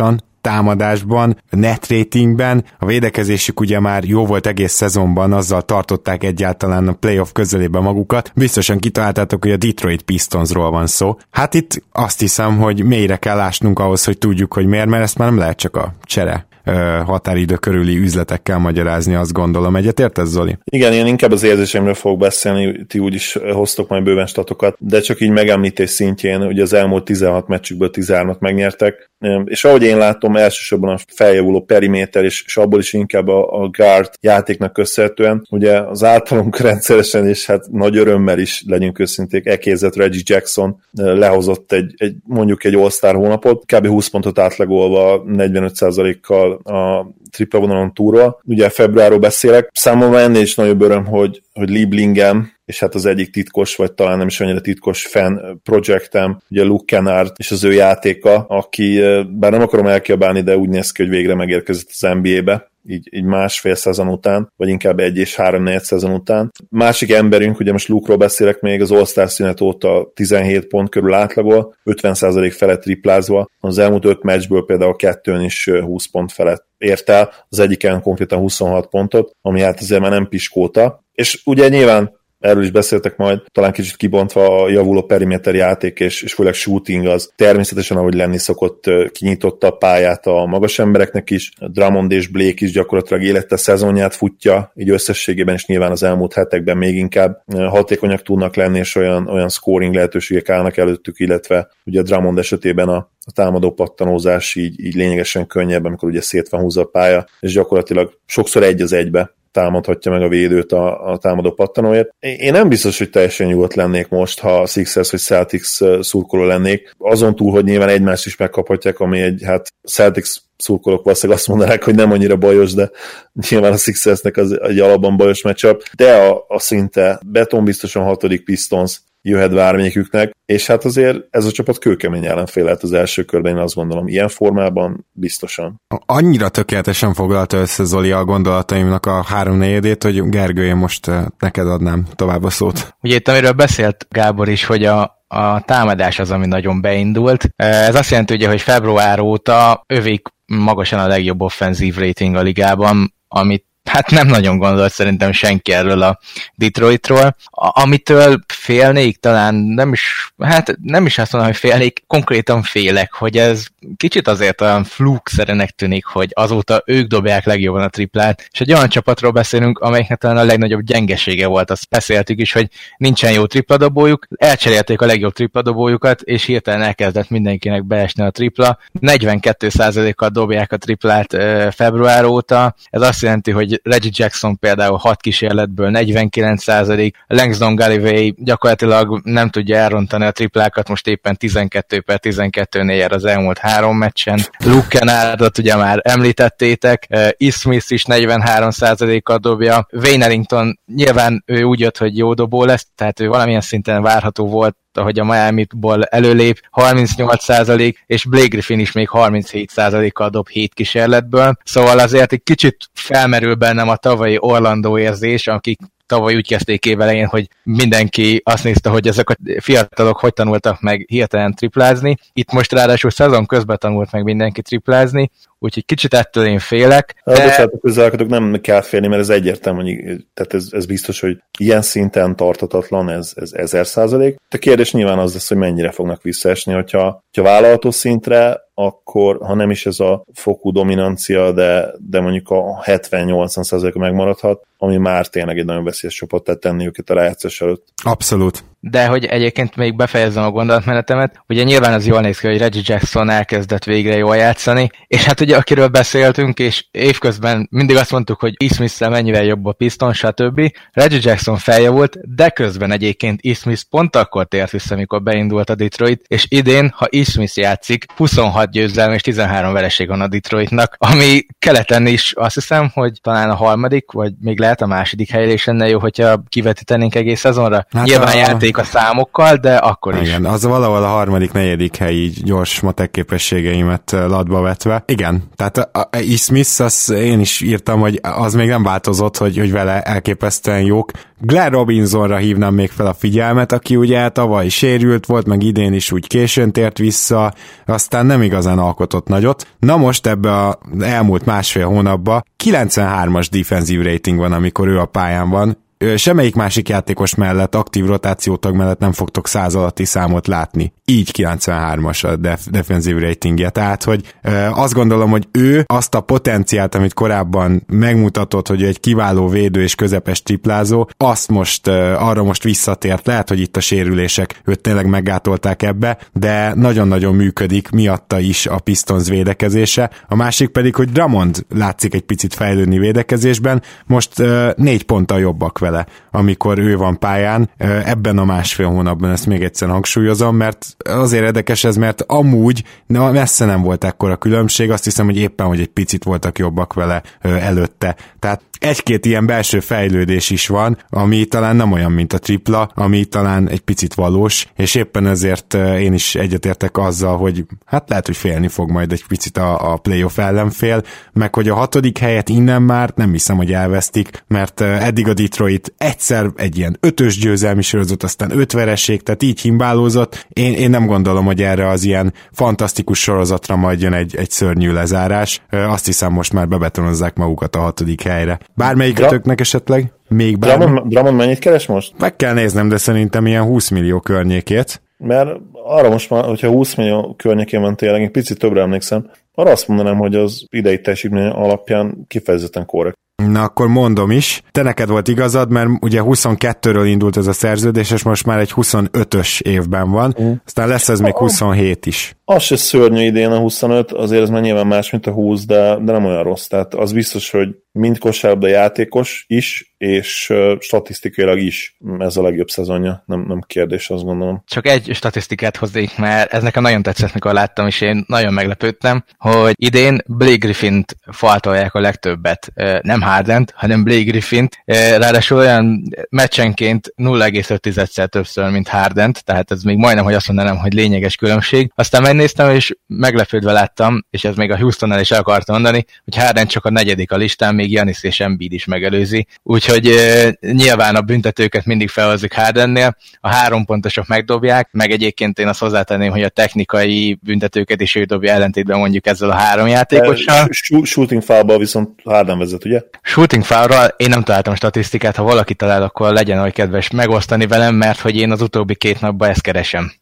támadásban, net ratingben, a védekezésük ugye már jó volt egész szezonban, azzal tartották egyáltalán a playoff közelébe magukat. Biztosan kitaláltátok, hogy a Detroit Pistonsról van szó. Hát itt azt hiszem, hogy mélyre kell ásnunk ahhoz, hogy tudjuk, hogy miért, mert ezt már nem lehet csak a csere határidő körüli üzletekkel magyarázni, azt gondolom. Egyetértesz, Zoli? Igen, én inkább az érzéseimről fogok beszélni, ti úgyis hoztok majd bőven statokat, de csak így megemlítés szintjén, ugye az elmúlt 16 meccsükből 13-at megnyertek, és ahogy én látom, elsősorban a feljavuló periméter, és abból is inkább a guard játéknak köszönhetően, ugye az általunk rendszeresen, és hát nagy örömmel is legyünk őszinték, ekézett Reggie Jackson lehozott mondjuk egy All-Star hónapot, kb. 20 pontot átlagolva 45%-kal a tripla vonalon túlról. Ugye februárról beszélek. Számomra ennél is nagyobb öröm, hogy Lee Blingham, és hát az egyik titkos, vagy talán nem is annyira titkos fan projektem, ugye Luke Kennard és az ő játéka, aki, bár nem akarom elkiabálni, de úgy néz ki, hogy végre megérkezett az NBA-be, így másfél szezon után, vagy inkább 1 és 3-4 szezon után. Másik emberünk, ugye most Luke-ról beszélek még, az All-Star szünet óta 17 pont körül átlagol, 50% felett triplázva, az elmúlt 5 meccsből például 2-n is 20 pont felett ért el, az egyiken konkrétan 26 pontot, ami hát azért már nem piskóta. És ugye nyilván erről is beszéltek majd, talán kicsit kibontva a javuló periméter játék, és főleg shooting az természetesen, ahogy lenni szokott, kinyitotta a pályát a magas embereknek is. Drummond és Blake is gyakorlatilag élete szezonját futja, így összességében is nyilván az elmúlt hetekben még inkább hatékonyak tudnak lenni, és olyan scoring lehetőségek állnak előttük, illetve ugye a Drummond esetében a támadó pattanózás így lényegesen könnyebb, amikor ugye szét van húzva a pálya, és gyakorlatilag sokszor 1-1 támadhatja meg a védőt a támadó pattanóért. Én nem biztos, hogy teljesen nyugodt lennék most, ha Sixers vagy Celtics szurkoló lennék. Azon túl, hogy nyilván egymást is megkaphatják, ami hát Celtics szurkolók valószínűleg azt mondanák, hogy nem annyira bajos, de nyilván a Sixersnek az egy alapban bajos matchup, de a szinte betonbiztosan 6. Pistons jöhet bármelyiküknek, és hát azért ez a csapat kőkemény ellenfél lehet az első körben, én azt gondolom, ilyen formában biztosan. Annyira tökéletesen foglalta össze Zoli a gondolataimnak a 3/4-ét, hogy Gergő, én most neked adnám tovább a szót. Ugye itt, amiről beszélt Gábor is, hogy a támadás az, ami nagyon beindult. Ez azt jelenti, ugye, hogy február óta övék magasan a legjobb offenzív rating a ligában, amit hát nem nagyon gondolt szerintem senki erről a Detroitról. Amitől félnék, talán nem is azt mondom, hogy félnék, konkrétan félek, hogy ez kicsit azért olyan flukszerűnek tűnik, hogy azóta ők dobják legjobban a triplát, és egy olyan csapatról beszélünk, amelyiknek talán a legnagyobb gyengesége volt, azt beszéltük is, hogy nincsen jó tripladobójuk, elcserélték a legjobb tripladobójukat, és hirtelen elkezdett mindenkinek beesni a tripla. 42%-kal dobják a triplát február óta, ez azt jelenti, hogy Reggie Jackson például 6 kísérletből 49%, Langston Galloway gyakorlatilag nem tudja elrontani a triplákat, most éppen 12/12-nél jár az elmúlt 3 meccsen. Luke Kennardot ugye már említettétek, Smith is 43%-kal dobja, Wayne Ellington nyilván ő úgy jött, hogy jó dobó lesz, tehát ő valamilyen szinten várható volt, ahogy a Miami-ból előlép, 38%, és Blake Griffin is még 37%-kal dob 7 kísérletből. Szóval azért egy kicsit felmerül bennem a tavalyi Orlando érzés, akik tavaly úgy kezdték évelején, hogy mindenki azt nézte, hogy ezek a fiatalok hogy tanultak meg hirtelen triplázni. Itt most ráadásul szezon közben tanult meg mindenki triplázni, úgyhogy kicsit ettől én félek. Bocsánat, közelkedők, nem kell félni, mert ez egyértelmű, tehát ez biztos, hogy ilyen szinten tartatatlan, ez 1000%. A kérdés nyilván az lesz, hogy mennyire fognak visszaesni, hogyha vállalható szintre, akkor, ha nem is ez a fokú dominancia, de mondjuk a 70-80%-a megmaradhat, ami már tényleg egy nagyon veszélyes csapat, tehát tenni őket a rájátszás előtt. Abszolút. De hogy egyébként még befejezzem a gondolatmenetemet, ugye nyilván az jól néz ki, hogy Reggie Jackson elkezdett végre jól játszani, és hát ugye akiről beszéltünk, és évközben mindig azt mondtuk, hogy Smith-szel mennyivel jobb a Piston, stb. Reggie Jackson feljavult, de közben egyébként Smith pont akkor tért vissza, amikor beindult a Detroit, és idén, ha Smith játszik, 26 győzelem és 13 vereség van a Detroitnak, ami keleten is azt hiszem, hogy talán a harmadik, vagy még lehet a második helyre is lenne jó, hogyha kivetítenénk egész szezonra. Hát nyilván elég a számokkal, de akkor is. Igen, az valahol a harmadik, negyedik hely így gyors matek képességeimet latba vetve. Igen, tehát Smith, azt én is írtam, hogy az még nem változott, hogy vele elképesztően jók. Glenn Robinsonra hívnám még fel a figyelmet, aki ugye tavaly sérült volt, meg idén is úgy későn tért vissza, aztán nem igazán alkotott nagyot. Na most ebbe az elmúlt másfél hónapban 93-as defensive rating van, amikor ő a pályán van. Semmelyik másik játékos mellett, aktív rotációtag mellett nem fogtok 100 alatti számot látni. Így 93-as a defensive ratingje. Tehát, hogy azt gondolom, hogy ő azt a potenciált, amit korábban megmutatott, hogy egy kiváló védő és közepes triplázó, azt most arra most visszatért. Lehet, hogy itt a sérülések őt tényleg meggátolták ebbe, de nagyon-nagyon működik miatta is a Pistons védekezése. A másik pedig, hogy Drummond látszik egy picit fejlődni védekezésben, most 4 ponttal jobbak vele, amikor ő van pályán. Ebben a másfél hónapban ezt még egyszer hangsúlyozom, mert azért érdekes ez, mert amúgy messze nem volt ekkora különbség, azt hiszem, hogy éppen, hogy egy picit voltak jobbak vele előtte. Tehát egy-két ilyen belső fejlődés is van, ami talán nem olyan, mint a tripla, ami talán egy picit valós, és éppen ezért én is egyetértek azzal, hogy hát lehet, hogy félni fog majd egy picit a playoff ellenfél, meg hogy a 6. helyet innen már nem hiszem, hogy elvesztik, mert eddig a Detroit egyszer egy ilyen 5-ös győzelmi sorozat, aztán 5 vereség, tehát így himbálózott. Én nem gondolom, hogy erre az ilyen fantasztikus sorozatra majd jön egy szörnyű lezárás. Azt hiszem, most már bebetonozzák magukat a 6. helyre. Bármelyikötöknek esetleg? Még Drummond mennyit keres most? Meg kell néznem, de szerintem ilyen 20 millió környékét. Mert arra most már, hogyha 20 millió környékén van tényleg, egy picit többre emlékszem, arra azt mondanám, hogy az idei teljesítmény alapján kifejezetten korrekt. Na, akkor mondom is. Te neked volt igazad, mert ugye 22-ről indult ez a szerződés, és most már egy 25-ös évben van. Aztán lesz ez még 27 is. Az se szörnyű idén a 25, azért ez már nyilván más, mint a 20, de nem olyan rossz. Tehát az biztos, hogy mind kosárlabda játékos is, és statisztikailag is ez a legjobb szezonja. Nem kérdés, azt gondolom. Csak egy statisztikát hoznék, mert ez nekem nagyon tetszett, mikor láttam, és én nagyon meglepődtem, hogy idén Blake Griffint faltolják a legtöbbet. Nem Hardent, hanem Blake Griffint. Ráadásul olyan meccsenként 0,5-szer többször, mint Hardent, tehát ez még majdnem, hogy azt mondanám, hogy lényeges különbség. Aztán megnéztem, és meglepődve láttam, és ez még a Houstonnál is el akartam mondani, hogy Harden csak a 4. a listán, még Giannis és Embiid is megelőzi. Úgyhogy nyilván a büntetőket mindig felhozzuk Hardennél, a 3 pontosok megdobják, meg egyébként én azt hozzátenném, hogy a technikai büntetőket is ő dobja, ellentétben mondjuk ezzel a 3 játékossal. Shooting foulban viszont Harden vezet, ugye? Shooting foulról én nem találtam statisztikát, ha valaki talál, akkor legyen olyan kedves megosztani velem, mert hogy én az utóbbi 2 napban ezt keresem.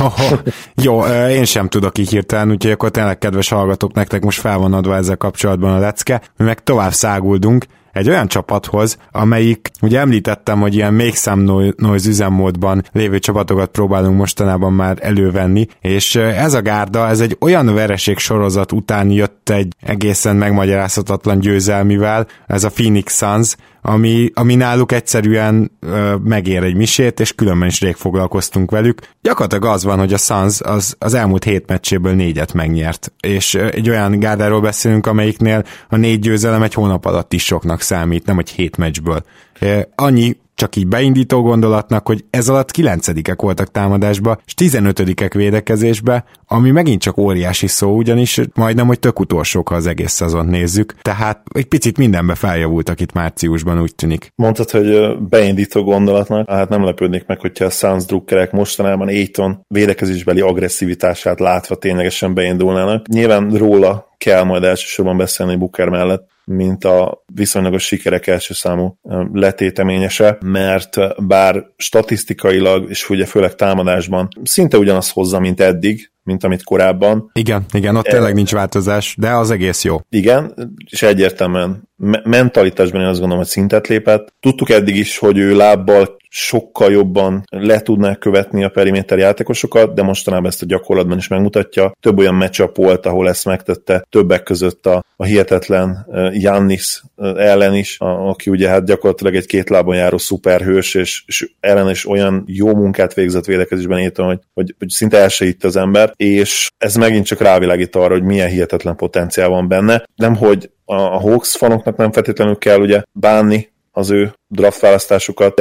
Jó, én sem tudok így hirtelen, úgyhogy akkor tényleg kedves hallgatók, nektek most fel van adva ezzel kapcsolatban a lecke, mi meg tovább száguldunk egy olyan csapathoz, amelyik, ugye említettem, hogy ilyen make some noise üzemmódban lévő csapatokat próbálunk mostanában már elővenni, és ez a gárda, ez egy olyan vereség sorozat után jött egy egészen megmagyarázhatatlan győzelmivel, ez a Phoenix Suns, ami náluk egyszerűen megér egy misét, és különben is rég foglalkoztunk velük. Gyakorlatilag az van, hogy a Suns az elmúlt 7 meccséből 4-et megnyert, és egy olyan gárdáról beszélünk, amelyiknél a 4 győzelem egy hónap alatt is soknak számít, nem hogy 7 meccsből. Annyi csak így beindító gondolatnak, hogy ez alatt 9-ek voltak támadásba, és 15-ek védekezésbe, ami megint csak óriási szó, ugyanis majdnem, hogy tök utolsók, ha az egész szezont nézzük. Tehát egy picit mindenbe feljavultak itt márciusban, úgy tűnik. Mondtad, hogy beindító gondolatnak, hát nem lepődnék meg, hogyha a Suns drukkerek mostanában Ayton védekezésbeli agresszivitását látva ténylegesen beindulnának. Nyilván róla kell majd elsősorban beszélni Booker mellett, mint a viszonylagos sikerek első számú letéteményese, mert bár statisztikailag, és ugye főleg támadásban szinte ugyanazt hozza, mint eddig, mint amit korábban. Igen, ott tényleg nincs változás, de az egész jó. Igen, és egyértelműen mentalitásban én azt gondolom, hogy szintet lépett. Tudtuk eddig is, hogy ő lábbal sokkal jobban le tudná követni a periméter játékosokat, de mostanában ezt a gyakorlatban is megmutatja. Több olyan matchup volt, ahol ezt megtette, többek között a hihetetlen Giannis ellen is, aki ugye hát gyakorlatilag egy 2 lábon járó szuperhős, és ellen is olyan jó munkát végzett védekezésben értem, hogy szinte el se hitte az ember, és ez megint csak rávilágít arra, hogy milyen hihetetlen potenciál van benne. Nemhogy a Hawks fanoknak nem feltétlenül kell ugye bánni az ő draft választásukat, de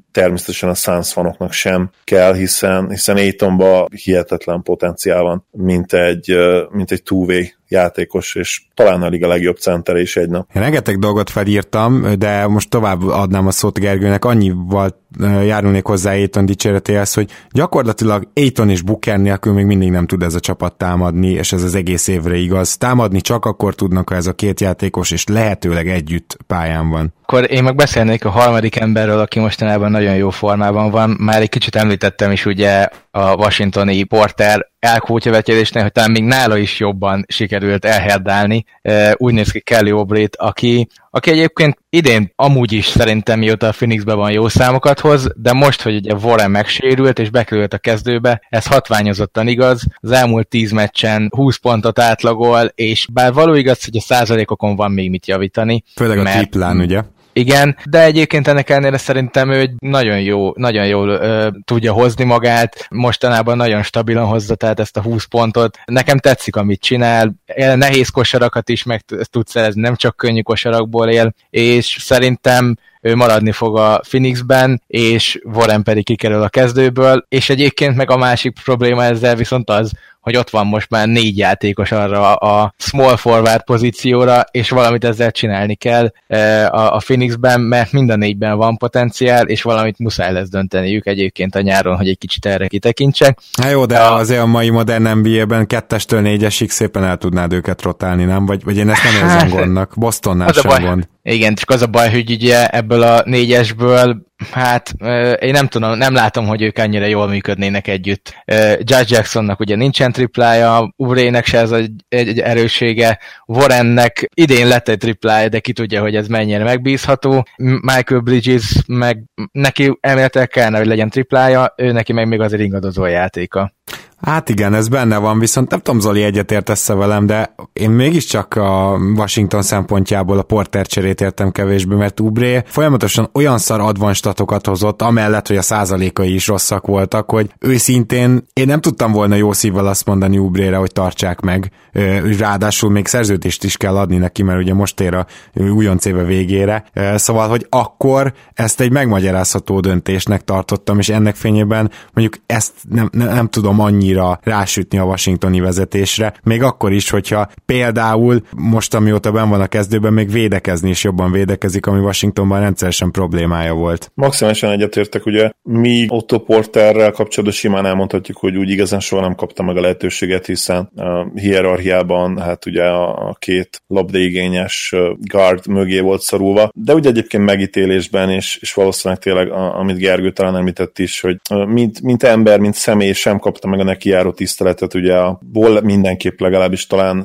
természetesen a Suns fanoknak sem kell, hiszen Aytonban hihetetlen potenciál van, mint egy two-way játékos, és talán a liga legjobb centere is egy nap. Én rengeteg dolgot felírtam, de most tovább adnám a szót Gergőnek, annyival járulnék hozzá Ayton dicséretéhez, hogy gyakorlatilag Ayton és Booker nélkül még mindig nem tud ez a csapat támadni, és ez az egész évre igaz. Támadni csak akkor tudnak, ha ez a két játékos, és lehetőleg együtt pályán van. Akkor én meg beszélnék a harmadik emberről, aki mostanában nagyon jó formában van. Már egy kicsit említettem is ugye a washingtoni Porter elkótyavetjelésnél, hogy talán még nála is jobban sikerült elherdálni. Úgy néz ki Kelly Oubre-t, aki egyébként idén amúgy is szerintem mióta a Phoenixben van jó számokat hoz, de most, hogy ugye Warren megsérült és bekerült a kezdőbe, ez hatványozottan igaz. Az elmúlt 10 meccsen 20 pontot átlagol, és bár való igaz, hogy a százalékokon van még mit javítani. Főleg a triplán, ugye? Igen, de egyébként ennek ellenére szerintem ő nagyon jól tudja hozni magát, mostanában nagyon stabilan hozza, tehát ezt a 20 pontot. Nekem tetszik, amit csinál, nehéz kosarakat is meg tud szerezni, nem csak könnyű kosarakból él, és szerintem ő maradni fog a Phoenixben, és Warren pedig kikerül a kezdőből, és egyébként meg a másik probléma ezzel viszont az, hogy ott van most már 4 játékos arra a small forward pozícióra, és valamit ezzel csinálni kell a Phoenixben, mert mind a 4-ben van potenciál, és valamit muszáj lesz dönteniük egyébként a nyáron, hogy egy kicsit erre kitekintsek. Hát jó, de azért a mai modern NBA-ben 2-től 4-esig szépen el tudnád őket rotálni, nem? Vagy én ezt nem érzem gondnak. Bostonnál sem gond. Igen, csak az a baj, hogy ugye ebből a 4-esből hát én nem tudom, nem látom, hogy ők annyira jól működnének együtt. Judge Jacksonnak ugye nincsen triplája, Oubre-nek se ez egy erőssége, Warrennek idén lett egy triplája, de ki tudja, hogy ez mennyire megbízható. Michael Bridges meg neki elméletileg kellene, hogy legyen triplája, ő neki meg még azért ingadozó játéka. Hát igen, ez benne van, viszont nem tudom, Zoli, egyetértesz-e velem, de én mégiscsak a Washington szempontjából a Porter cserét értem kevésbé, mert Oubre folyamatosan olyan szar advanced statokat hozott, amellett, hogy a százalékai is rosszak voltak, hogy őszintén én nem tudtam volna jó szívvel azt mondani Oubre-re, hogy tartsák meg. Ráadásul még szerződést is kell adni neki, mert ugye most ér a újonc éve végére. Szóval, hogy akkor ezt egy megmagyarázható döntésnek tartottam, és ennek fényében mondjuk ezt nem tudom annyira rásütni a washingtoni vezetésre, még akkor is, hogyha például most, amióta benn van a kezdőben, még védekezni is jobban védekezik, ami Washingtonban rendszeresen problémája volt. Maximálisan egyetértek, ugye mi Otto Porterrel kapcsolatban simán elmondhatjuk, hogy úgy igazán soha nem kapta meg a lehetőséget, hiszen a hierarchiában hát ugye a két labdaigényes guard mögé volt szorulva, de ugye egyébként megítélésben, és valószínűleg tényleg, amit Gergő talán említett is, hogy mint ember, mint személy sem kapta meg a neki járó tiszteletet, ugye Wall mindenképp legalábbis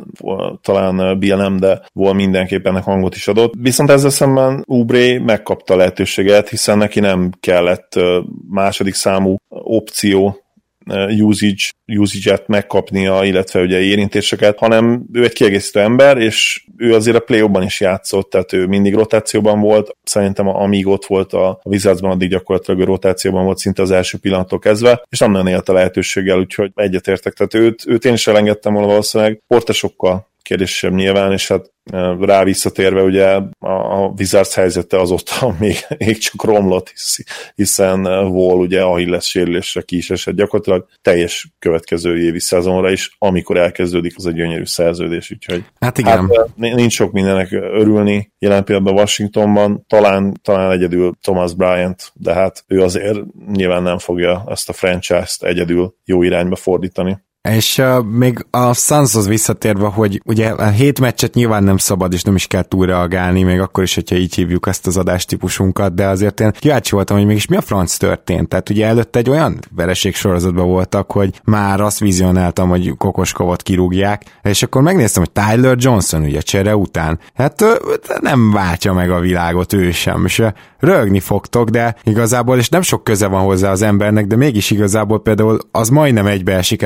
talán Bill nem, de Wall mindenképp ennek hangot is adott. Viszont ezzel szemben Oubre megkapta a lehetőséget, hiszen neki nem kellett második számú opció usage-et megkapnia, illetve ugye érintéseket, hanem ő egy kiegészítő ember, és ő azért a play-offban is játszott, tehát ő mindig rotációban volt, szerintem amíg ott volt a Wizardsban, addig gyakorlatilag ő rotációban volt szinte az első pillanattól kezdve, és nem nagyon élt a lehetőséggel, úgyhogy egyetértek, tehát őt én is elengedtem volna valószínűleg, Porter sokkal kérdésesebb nyilván, és hát rá visszatérve ugye a Wizards helyzete azóta még csak romlott, hiszen Wall ugye Achilles sérülésre ki is esett gyakorlatilag teljes következő évi szezonra is, amikor elkezdődik az egy gyönyörű szerződés, úgyhogy hát igen. Hát, nincs sok mindennek örülni jelen pillanatban Washingtonban, talán egyedül Thomas Bryant, de hát ő azért nyilván nem fogja ezt a franchise-t egyedül jó irányba fordítani. És még a Sunshoz visszatérve, hogy ugye a 7 meccset nyilván nem szabad, és nem is kell túlreagálni, még akkor is, hogyha így hívjuk ezt az adástípusunkat, de azért én kíváncsi voltam, hogy mégis mi a franc történt. Tehát ugye előtte egy olyan vereségsorozatban voltak, hogy már azt vizionáltam, hogy Kokoskovot kirúgják, és akkor megnéztem, hogy Tyler Johnson ugye csere után, hát nem váltja meg a világot ő sem, és röhögni fogtok, de igazából, és nem sok köze van hozzá az embernek, de mégis igazából például az majdnem egybeesik ezzel a 7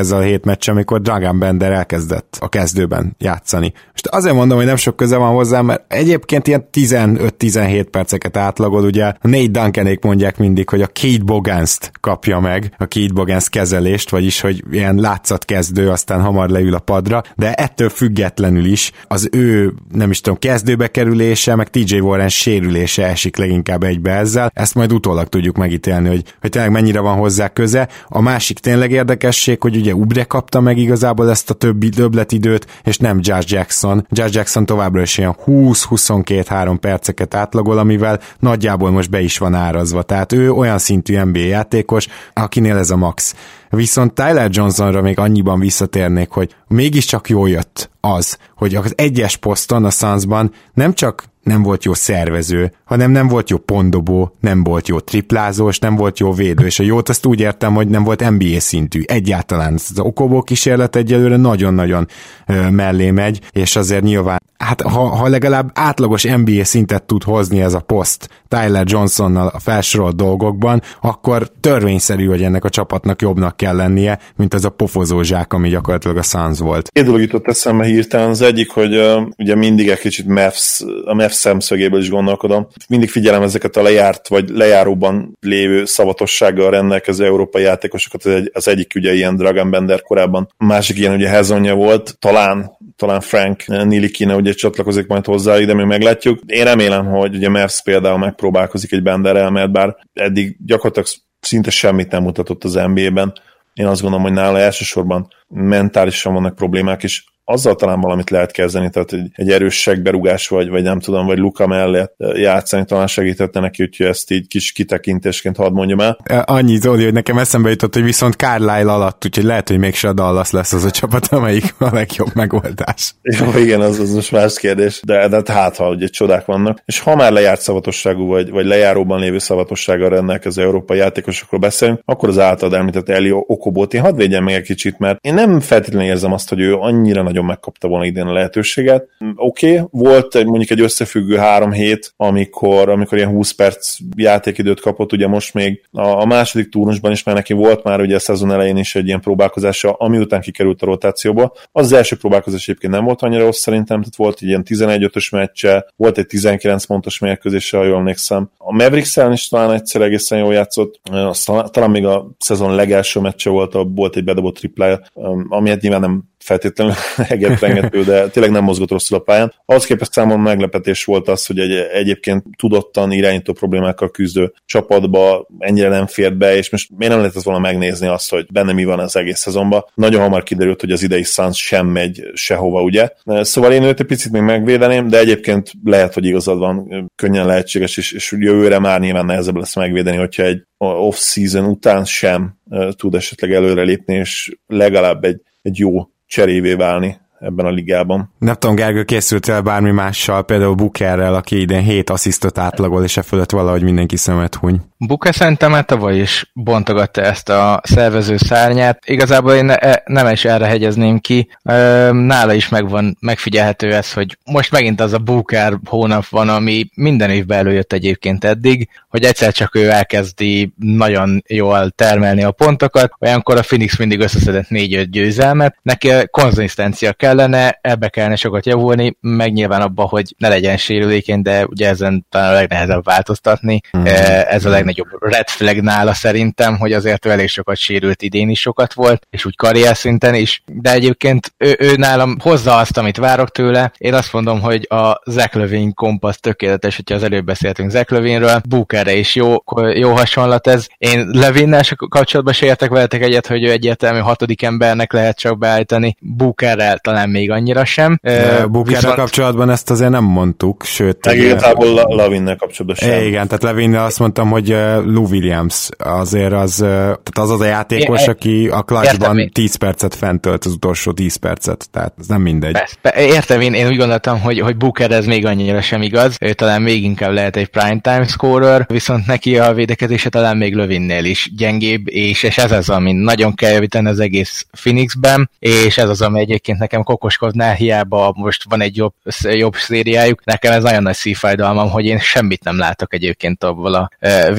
meccs, amikor Dragan Bender elkezdett a kezdőben játszani. Most azért mondom, hogy nem sok köze van hozzá, mert egyébként ilyen 15-17 perceket átlagol, ugye a Nate Duncanék mondják mindig, hogy a Kate Boganst kapja meg, a Kate Bogans kezelést, vagyis, hogy ilyen látszatkezdő, aztán hamar leül a padra, de ettől függetlenül is az ő, nem is tudom, kezdőbe kerülése, meg TJ Warren sérülése esik leginkább egybe ezzel, ezt majd utólag tudjuk megítélni, hogy tényleg mennyire van hozzá köze. A másik tényleg érdekesség, hogy ugye Oubre kapta meg igazából ezt a többi többletidőt, és nem Josh Jackson. Josh Jackson továbbra is ilyen 20-22-3 perceket átlagol, amivel nagyjából most be is van árazva. Tehát ő olyan szintű NBA játékos, akinél ez a max. Viszont Tyler Johnsonra még annyiban visszatérnék, hogy mégiscsak jól jött az, hogy az egyes poszton a Sunsban nem csak nem volt jó szervező, hanem nem volt jó pontdobó, nem volt jó triplázós, nem volt jó védő, és a jót azt úgy értem, hogy nem volt NBA szintű. Egyáltalán az Okobó kísérlet egyelőre nagyon-nagyon mellé megy, és azért nyilván, hát ha legalább átlagos NBA szintet tud hozni ez a poszt Tyler Johnsonnal a felsorolt dolgokban, akkor törvényszerű, hogy ennek a csapatnak jobbnak kell lennie, mint az a pofozó zsák, ami gyakorlatilag a Suns volt. Két dolog jutott eszembe hirtelen. Az egyik, hogy ugye mindig egy kicsit a Mavs szemszögéből is gondolkodom. Mindig figyelem ezeket a lejárt vagy lejáróban lévő szavatossággal rendelkező európai játékosokat. Az egyik ugye ilyen Dragan Bender korábban, a másik ilyen ugye Hezonja volt, talán Frank Ntilikina ugye csatlakozik majd hozzá, de még meglátjuk. Én remélem, hogy ugye Mavs például megpróbálkozik egy Benderrel, mert bár eddig gyakorlatilag szinte semmit nem mutatott az NBA-ben. Én azt gondolom, hogy nála elsősorban mentálisan vannak problémák, és azzal talán valamit lehet kezdeni, tehát egy erős segberugás, vagy nem tudom, vagy Luka mellett játszani talán segítette neki, úgyhogy ezt így kis kitekintésként hadd mondjam el. Annyi, Zoli, hogy nekem eszembe jutott, hogy viszont Carlisle alatt, úgyhogy lehet, hogy mégse a Dallas lesz az a csapat, amelyik a legjobb megoldás. Jó, igen, az most más kérdés, de hát ha ugye csodák vannak. És ha már lejárt szavatosságú, vagy lejáróban lévő szavatossággal rendelkező európai játékosokról beszélünk, akkor az általad említett Eli Okobót én hadd védjem meg egy kicsit, mert én nem feltétlenül érzem azt, hogy ő annyira nagyon megkapta volna idén a lehetőséget. Oké, volt mondjuk egy összefüggő 3 hét, amikor ilyen 20 perc játékidőt kapott, ugye most még a második turnusban is, mert neki volt már ugye a szezon elején is egy ilyen próbálkozása, ami után kikerült a rotációba. Az első próbálkozás egyébként nem volt annyira rossz szerintem, tehát volt egy ilyen 11-5-ös meccse, volt egy 19 pontos mérkőzése, ha jól emlékszem. A Mavericks-en is talán egyszer egészen jól játszott, talán még a szezon legelső meccse volt egy bedobott triplája, ami nyilván nem feltétlenül egetrengető, de tényleg nem mozgott rosszul a pályán. Ahhoz képest számomra meglepetés volt az, hogy egyébként tudottan irányító problémákkal küzdő csapatba ennyire nem fért be, és most miért nem lehetett volna megnézni azt, hogy benne mi van az egész szezonban. Nagyon hamar kiderült, hogy az idei Suns sem megy sehova, ugye. Szóval én őt egy picit még megvédeném, de egyébként lehet, hogy igazad van, könnyen lehetséges, és jövőre már nyilván nehezebb lesz megvédeni, hogyha egy off-season után sem tud esetleg előrelépni, és legalább egy jó cserévé válni ebben a ligában. Nem tudom, Gergő, készült-e bármi mással, például Bookerrel, aki idén 7 asszisztot átlagol, és e fölött valahogy mindenki szemet huny. Booker szerintem már tavaly is bontogatta ezt a szervező szárnyát. Igazából én nem is erre hegyezném ki. Nála is megfigyelhető ez, hogy most megint az a Booker hónap van, ami minden évben előjött egyébként eddig, hogy egyszer csak ő elkezdi nagyon jól termelni a pontokat, olyankor a Phoenix mindig összeszedett 4-5 győzelmet, neki konzisztencia kellene, ebbe kellene sokat javulni, meg nyilván abba, hogy ne legyen sérülékeny, de ugye ezen talán a legnehezebb változtatni. Ez a legnagyobb red flag nála szerintem, hogy azért elég sokat sérült, idén is sokat volt, és úgy karrier szinten is, de egyébként ő nálam hozza azt, amit várok tőle. Én azt mondom, hogy a Zach LaVine kompasz tökéletes, hogyha az előbb beszéltünk Zach LaVine-ről, Bookerre is jó hasonlat ez. Én LaVine-nel kapcsolatban se értek veletek egyet, hogy ő egyértelmű 6. embernek lehet csak beállítani, Bookerrel talán még annyira sem. Bookerrel kapcsolatban ezt azért nem mondtuk, sőt... Igazából LaVine-nel kapcsolatban sem. Igen, tehát LaVine-nel azt mondtam, hogy Lou Williams azért az a játékos, aki a clutchban 10 percet fentölt, az utolsó 10 percet, tehát ez nem mindegy. Értem, én úgy gondoltam, hogy Booker ez még annyira sem igaz, ő talán még inkább lehet egy primetime scorer, viszont neki a védekezése talán még LaVine-nél is gyengébb, és ez az, ami nagyon kell javítani az egész Phoenixben, és ez az, ami egyébként nekem kokoskodná, hiába most van egy jobb szériájuk, nekem ez nagyon nagy szívfájdalmam, hogy én semmit nem látok egyébként abból a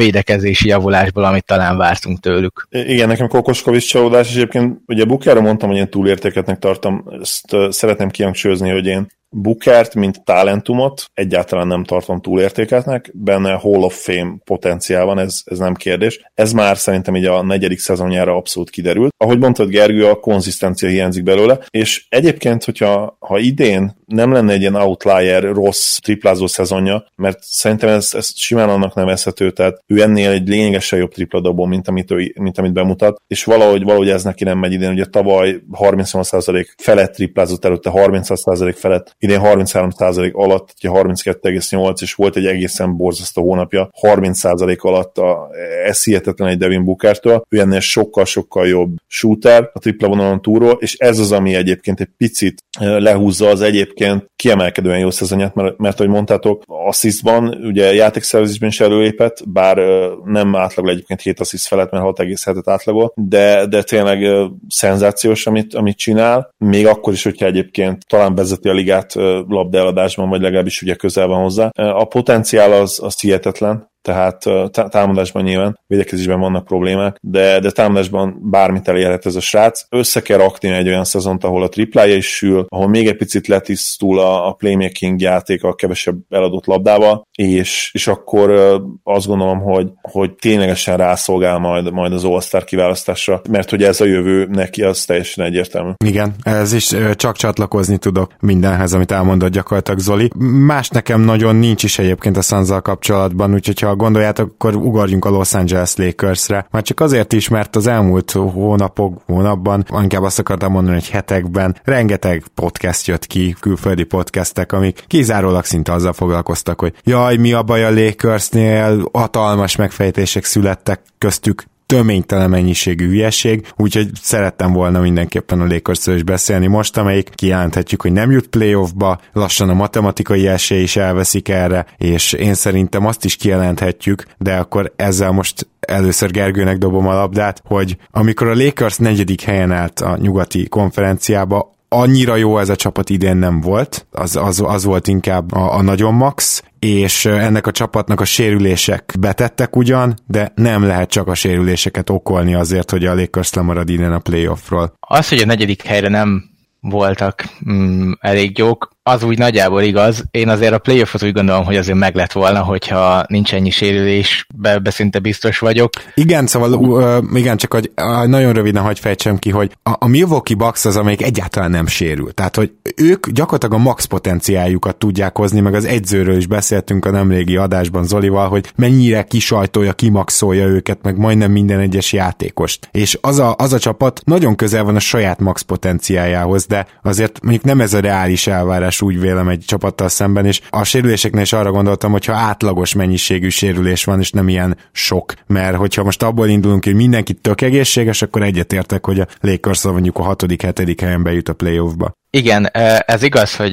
védekezési javulásból, amit talán vártunk tőlük. Igen, nekem Kokoskovics csalódás, és egyébként ugye Bookerra mondtam, hogy én túlértéketnek tartom, ezt szeretném kihangsúlyozni, hogy én Bookert, mint talentumot egyáltalán nem tartom túlértékeltnek, benne Hall of Fame potenciál van, ez nem kérdés. Ez már szerintem így a 4. szezonjára abszolút kiderült. Ahogy mondtad, Gergő, a konzisztencia hiányzik belőle, és egyébként, hogyha idén nem lenne egy ilyen outlier rossz triplázó szezonja, mert szerintem ez simán annak nevezhető, tehát ő ennél egy lényegesen jobb tripladobó, mint amit bemutat, és valahogy ez neki nem megy idén. Ugye tavaly 33% felett triplázott, előtte 36% felett, idén 33% alatt, ugye 32,8, és volt egy egészen borzasztó hónapja, 30% alatt, ez hihetetlen egy Devin Bookertől, ő ennél sokkal-sokkal jobb shooter a tripla vonalon túlról, és ez az, ami egyébként egy picit lehúzza az egyébként kiemelkedően jó szezonját, mert ahogy mondtátok, asszisztban, ugye játékszervezésben is előlépett, bár nem átlagol egyébként 7 assziszt felett, mert 6,7-et átlagol, de tényleg szenzációs, amit csinál, még akkor is, hogyha egyébként talán vezeti a ligát labdaeladásban, vagy legalábbis ugye közel van hozzá. A potenciál az hihetetlen, tehát támadásban nyilván, védekezésben vannak problémák, de támadásban bármit elérhet ez a srác. Össze kell rakni egy olyan szezont, ahol a triplája is sül, ahol még egy picit letisztul a playmaking játék a kevesebb eladott labdával, és akkor azt gondolom, hogy ténylegesen rászolgál majd az All-Star kiválasztásra, mert hogy ez a jövő neki, az teljesen egyértelmű. Igen, ez is csak csatlakozni tudok mindenhez, amit elmondott gyakorlatilag Zoli. Más nekem nagyon nincs is egyébként a Suns-zal kapcsolatban, úgyhogy ha gondoljátok, akkor ugorjunk a Los Angeles Lakersre. Már csak azért is, mert az elmúlt hónapban, inkább azt akartam mondani, hogy hetekben rengeteg podcast jött ki, külföldi podcastek, amik kizárólag szinte azzal foglalkoztak, hogy jaj, mi a baj a Lakersnél, hatalmas megfejtések születtek köztük, töménytelen mennyiségű hülyeség, úgyhogy szerettem volna mindenképpen a Lakersről is beszélni most, amelyik kijelenthetjük, hogy nem jut playoffba, lassan a matematikai esély is elveszik erre, és én szerintem azt is kijelenthetjük, de akkor ezzel most először Gergőnek dobom a labdát, hogy amikor a Lakers 4. helyen állt a nyugati konferenciába, annyira jó ez a csapat idén nem volt, az volt inkább a nagyon max, és ennek a csapatnak a sérülések betettek ugyan, de nem lehet csak a sérüléseket okolni azért, hogy a Lakers lemarad idén a playoffról. Az, hogy a 4. helyre nem voltak elég jók, az úgy nagyjából igaz. Én azért a playoffot úgy gondolom, hogy azért meg lett volna, hogyha nincs ennyi sérülés, be szinte biztos vagyok. Igen, szóval igen, csak hogy nagyon röviden hagyj fejtsem ki, hogy a Milwaukee Bucks az, amelyik egyáltalán nem sérül. Tehát, hogy ők gyakorlatilag a max potenciáljukat tudják hozni, meg az egyzőről is beszéltünk a nemrégi adásban Zolival, hogy mennyire kisajtolja, kimaxolja őket, meg majdnem minden egyes játékost. És az a csapat nagyon közel van a saját max potenciáljához, de azért mondjuk nem ez a reális elvárás, úgy vélem egy csapattal szemben, és a sérüléseknél is arra gondoltam, hogyha átlagos mennyiségű sérülés van, és nem ilyen sok, mert hogyha most abból indulunk, hogy mindenki tök egészséges, akkor egyetértek, hogy a Lakers mondjuk a 6.-7. helyen bejut a playoffba. Igen, ez igaz, hogy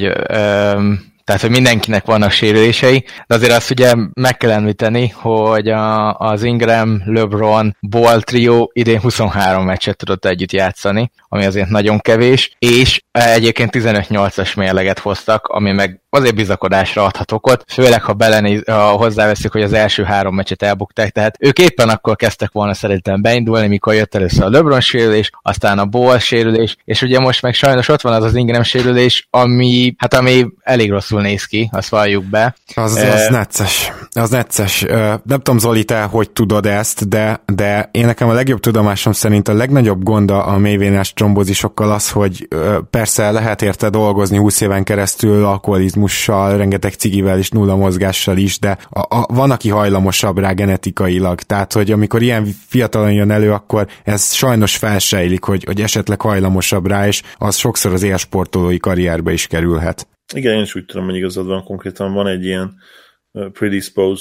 tehát, hogy mindenkinek vannak sérülései, de azért azt ugye meg kell említeni, hogy az Ingram, LeBron, Ball trio idén 23 meccset tudott együtt játszani, ami azért nagyon kevés, és egyébként 15-8-as mérleget hoztak, ami meg azért bizakodásra adhat okot, főleg ha hozzáveszünk, hogy az első 3 meccset elbukták, tehát ők éppen akkor kezdtek volna szerintem beindulni, mikor jött először a LeBron sérülés, aztán a Ball sérülés, és ugye most meg sajnos ott van az Ingram sérülés, ami elég rosszul néz ki, azt valljuk be. Az necces. Az necces. Nem tudom, Zoli, te hogy tudod ezt, de én nekem a legjobb tudomásom szerint a legnagyobb gonda a mélyvénás trombózisokkal az, hogy persze lehet érte dolgozni 20 éven keresztül alkoholizmussal, rengeteg cigivel és nulla mozgással is, de van, aki hajlamosabb rá genetikailag, tehát hogy amikor ilyen fiatalon jön elő, akkor ez sajnos felsejlik, hogy esetleg hajlamosabb rá, és az sokszor az élsportolói karrierbe is kerülhet. Igen, én is úgy tudom, hogy igazad van, konkrétan van egy ilyen predisposed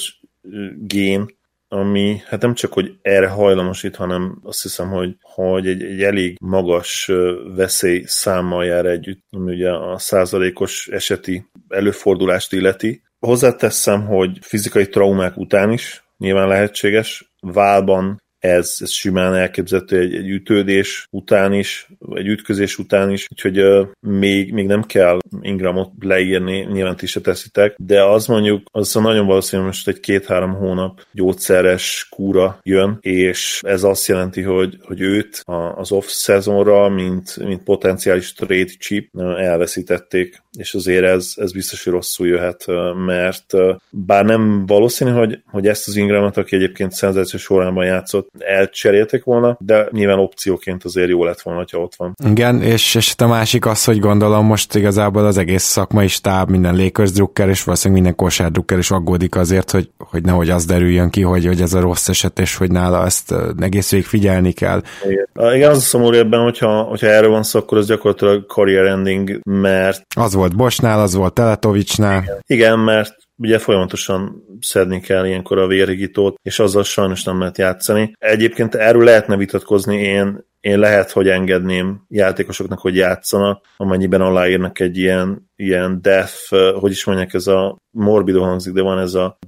gén, ami hát nem csak, hogy erre hajlamosít, hanem azt hiszem, hogy egy elég magas veszély számmal jár együtt, ami ugye a százalékos eseti előfordulást illeti. Hozzáteszem, hogy fizikai traumák után is nyilván lehetséges, vállban ez simán elképzelhető egy ütődés után is, egy ütközés után is, úgyhogy még nem kell Ingramot leírni, nyilván ti se teszitek, de az mondjuk, az nagyon valószínű, most egy 2-3 hónap gyógyszeres kúra jön, és ez azt jelenti, hogy őt az off-szezonra, mint potenciális trade chip elveszítették, és azért ez biztos, hogy rosszul jöhet, mert bár nem valószínű, hogy ezt az Ingramot, aki egyébként szenzációs soránban játszott, elcserélték volna, de nyilván opcióként azért jó lett volna, ha ott van. Igen, és a másik az, hogy gondolom most igazából az egész szakmai stáb, minden Lakers drukker, és valószínűleg minden kosár drukker is aggódik azért, hogy nehogy az derüljön ki, hogy ez a rossz eset, és hogy nála ezt egész végig figyelni kell. Igen, az a szomorú ebben, hogyha erről van szó, akkor az gyakorlatilag career ending, mert... Az volt Bosnál, az volt Teletovicsnál. Igen, mert ugye folyamatosan szedni kell ilyenkor a vérhigítót, és azzal sajnos nem lehet játszani. Egyébként erről lehetne vitatkozni, én lehet, hogy engedném játékosoknak, hogy játszanak, amennyiben aláírnak egy ilyen death, hogy is mondják, ez a morbidó hangzik, de van ez a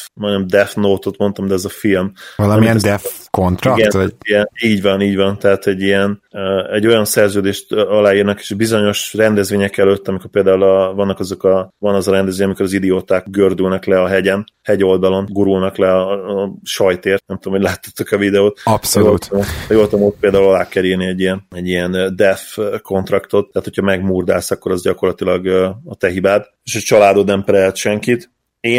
death note-ot mondtam, de ez a film. Valamilyen death contract? Igen, vagy? Így van, tehát egy olyan szerződést aláírnak, és bizonyos rendezvények előtt, amikor például van az a rendezvény, amikor az idióták gördülnek le a hegyoldalon, gurulnak le a sajtért, nem tudom, hogy láttatok a videót. Abszolút. Jól tudom, ott például alá kell írni egy ilyen death kontraktot, tehát hogyha megmurdálsz, akkor az gyakorlatilag a te hibád, és a családod nem perelt senkit.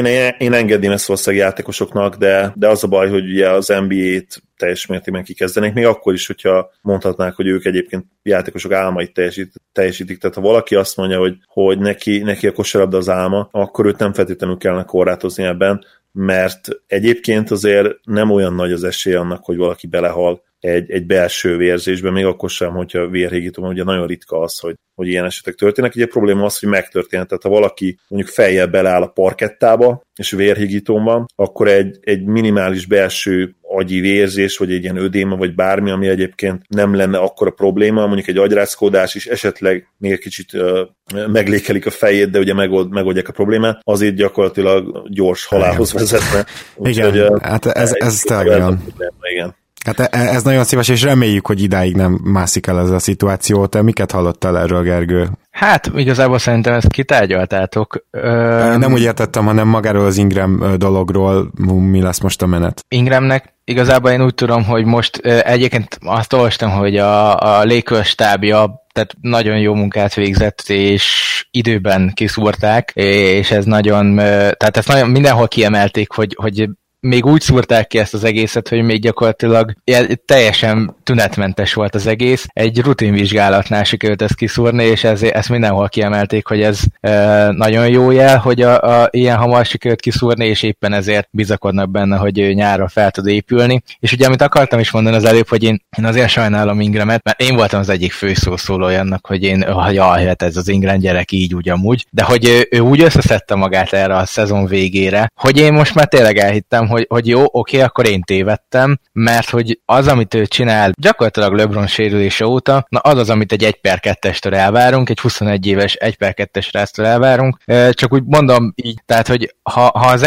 Én engedném ezt valószínűleg játékosoknak, de az a baj, hogy ugye az NBA-t teljes mértékben kikezdenék, még akkor is, hogyha mondhatnák, hogy ők egyébként játékosok álmait teljesítik. Tehát ha valaki azt mondja, hogy neki a kosárlabda az álma, akkor őt nem feltétlenül kellene korlátozni ebben, mert egyébként azért nem olyan nagy az esély annak, hogy valaki belehal egy belső vérzésben, még akkor sem, hogyha vérhígító, ugye nagyon ritka az, hogy ilyen esetek történnek. Ugye a probléma az, hogy megtörtént. Tehát ha valaki mondjuk fejjel beleáll a parkettába, és vérhígítón van, akkor egy minimális belső agyi vérzés, vagy egy ilyen ödéma, vagy bármi, ami egyébként nem lenne akkora probléma, mondjuk egy agyrázkódás is esetleg még egy kicsit meglékelik a fejét, de ugye megoldják a problémát, azért gyakorlatilag gyors halálhoz vezetne. Igen, hát ez tényleg olyan. Igen. Hát ez nagyon szíves, és reméljük, hogy idáig nem mászik el ez a szituáció. Te miket hallottál erről, Gergő? Hát, igazából szerintem ezt kitárgyaltátok. Nem úgy értettem, hanem magáról az Ingram dologról, mi lesz most a menet. Ingramnek igazából én úgy tudom, hogy most egyébként azt olvastam, hogy a Lakers stábja tehát nagyon jó munkát végzett, és időben kiszúrták, és ez nagyon, tehát ezt nagyon mindenhol kiemelték, hogy még úgy szúrták ki ezt az egészet, hogy még gyakorlatilag teljesen tünetmentes volt az egész. Egy rutinvizsgálatnál sikerült ezt kiszúrni, és ezt mindenhol kiemelték, hogy ez nagyon jó jel, hogy ilyen hamar sikerült kiszúrni, és éppen ezért bizakodnak benne, hogy nyárra fel tud épülni. És ugye, amit akartam is mondani az előbb, hogy én azért sajnálom Ingramet, mert én voltam az egyik fő szószólója annak, hogy hát ez az Ingram gyerek így úgy amúgy, de hogy ő úgy összeszedte magát erre a szezon végére, hogy én most már tényleg elhittem, hogy jó, oké, akkor én tévedtem, mert hogy az, amit ő csinál gyakorlatilag LeBron sérülése óta, na az, amit egy 1/2-estől elvárunk, egy 21 éves 1/2-es rásztól elvárunk, csak úgy mondom így, tehát, hogy ha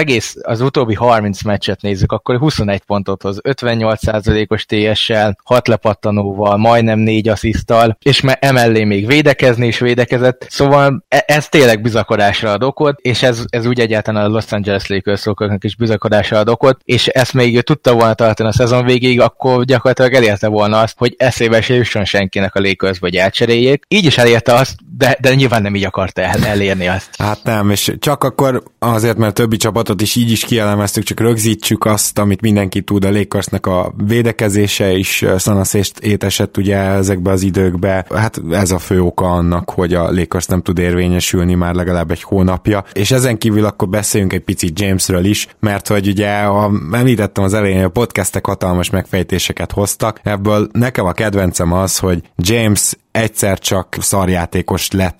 az utóbbi 30 meccset nézzük, akkor 21 pontot hoz, 58%-os TS-sel, 6 lepattanóval, majdnem 4 assziszttal, és emellé még védekezni is védekezett, szóval ez tényleg bizakodásra ad okot, és ez úgy egyáltalán a Los Angeles Lakers-oknak is bizakodásra ad okot, és ezt még tudta volna tartani a szezon végéig, akkor gyakorlatilag elérte volna azt, hogy eszébe se jusson senkinek a Lakers, vagy átcseréljék. Így is elérte azt, de nyilván nem így akarta elérni azt. Hát nem, és csak akkor azért, mert többi csapatot is így is kielemeztük, csak rögzítsük azt, amit mindenki tud, a Lakersnek a védekezése is szanaszést étesett ugye ezekbe az időkbe. Hát ez a fő oka annak, hogy a Lakers nem tud érvényesülni már legalább egy hónapja. És ezen kívül akkor beszéljünk egy picit Jamesről is, mert hogy ugye említettem az elején, hogy a podcastek hatalmas megfejtéseket hoztak. Ebből nekem a kedvencem az, hogy James egyszer csak szarjátékos lett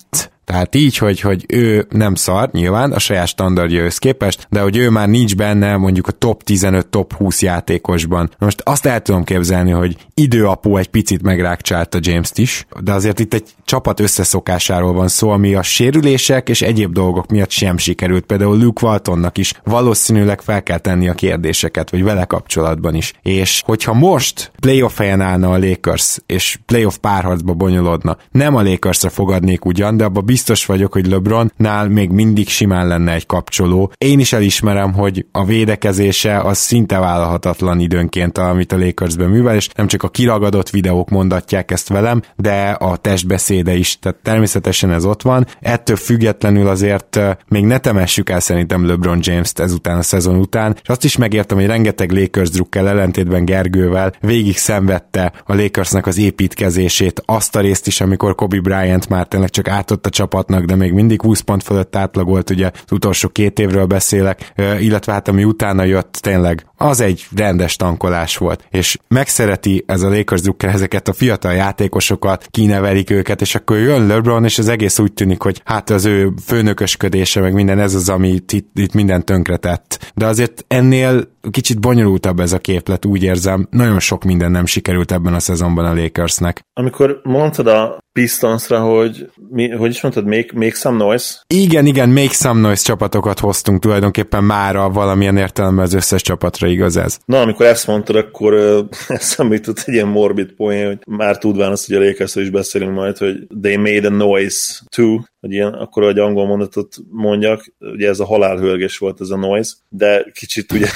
Tehát így, hogy ő nem szar, nyilván a saját standardjához képest, de hogy ő már nincs benne mondjuk a top 15, top 20 játékosban. Most azt el tudom képzelni, hogy időapu egy picit megrákcsálta James-t is, de azért itt egy csapat összeszokásáról van szó, ami a sérülések és egyéb dolgok miatt sem sikerült. Például Luke Waltonnak is valószínűleg fel kell tenni a kérdéseket, vagy vele kapcsolatban is. És hogyha most playoff helyen állna a Lakers, és playoff párharcba bonyolodna, nem a Lakersre fogadnék ugyan, de abban biztos vagyok, hogy LeBronnál még mindig simán lenne egy kapcsoló. Én is elismerem, hogy a védekezése az szinte vállalhatatlan időnként, amit a Lakersben művel, és nem csak a kiragadott videók mondatják ezt velem, de a testbeszéde is, tehát természetesen ez ott van. Ettől függetlenül azért még ne temessük el szerintem LeBron James-t ezután a szezon után, és azt is megértem, hogy rengeteg Lakers drukkel ellentétben Gergővel végig szenvedte a Lakersnek az építkezését, azt a részt is, amikor Kobe Bryant már tényleg csak átadta a csapatnak, de még mindig 20 pont fölött átlagolt, ugye az utolsó 2 évről beszélek, illetve hát ami utána jött, tényleg az egy rendes tankolás volt, és megszereti ez a Lakers drukker ezeket a fiatal játékosokat, kinevelik őket, és akkor jön LeBron, és az egész úgy tűnik, hogy hát az ő főnökösködése, meg minden ez az, ami itt minden tönkretett. De azért ennél kicsit bonyolultabb ez a képlet, úgy érzem, nagyon sok minden nem sikerült ebben a szezonban a Lakersnek. Amikor mondtad a Pistonsra, hogy hogy is mondtad, make some noise? Igen, make some noise csapatokat hoztunk tulajdonképpen mára valamilyen értelemben az összes csapatra, igaz ez? Na, amikor ezt mondtad, akkor eszembe jutott egy ilyen morbid poén, hogy már tudván azt, hogy a Lakersről is beszélünk majd, hogy they made a noise too, hogy ilyen, akkor egy angol mondatot mondjak, ugye ez a halálhörgés volt ez a noise, de kicsit ugye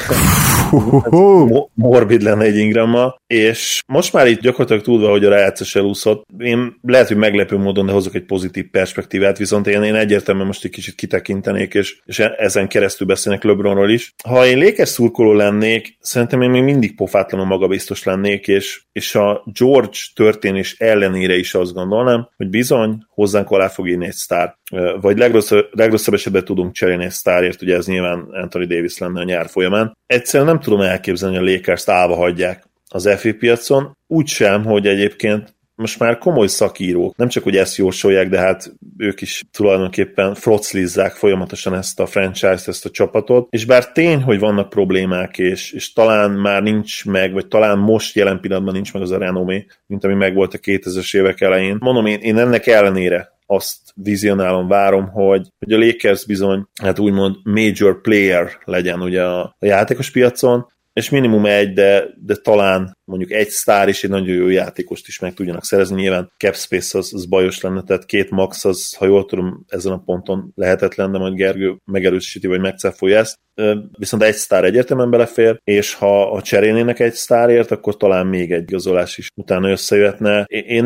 morbid lenne egy Ingrammal, és most már itt gyakorlatilag tudva, hogy a rájátszás elúszott, én lehet, hogy meglepő módon, de hozok egy pozitív perspektívát, viszont én egyértelműen most egy kicsit kitekintenék, és ezen keresztül beszélnek LeBronról is. Ha én Lakers szurkoló lennék, szerintem én még mindig pofátlanul magabiztos lennék, és a George történés ellenére is azt gondolnám, hogy bizony hozzánk alá fog írni egy sztár. Vagy legrosszabb esetben tudunk cserélni egy sztárért, ugye ez nyilván Anthony Davis lenne a nyár folyamán. Egyszerűen nem tudom elképzelni, hogy a Lakers-t állva hagyják az FA piacon, úgysem, hogy egyébként most már komoly szakírók, nem csak, hogy ezt jósolják, de hát ők is tulajdonképpen froclizzák folyamatosan ezt a franchise-t, ezt a csapatot, és bár tény, hogy vannak problémák, és talán már nincs meg, vagy talán most jelen pillanatban nincs meg az a renomé, mint ami megvolt a 2000-es évek elején. Mondom, én ennek ellenére azt vizionálom, várom, hogy a Lakers bizony, hát úgymond major player legyen ugye a játékos piacon, és minimum egy, de talán mondjuk egy sztár és egy nagyon jó játékost is meg tudjanak szerezni. Nyilván cap space az bajos lenne, tehát 2 max az, ha jól tudom, ezen a ponton lehetetlen, de majd Gergő megerősíti, vagy megcáfolja ezt. Viszont egy sztár egyértelműen belefér, és ha cserélnének egy sztárért, akkor talán még egy igazolás is utána összejöhetne. Én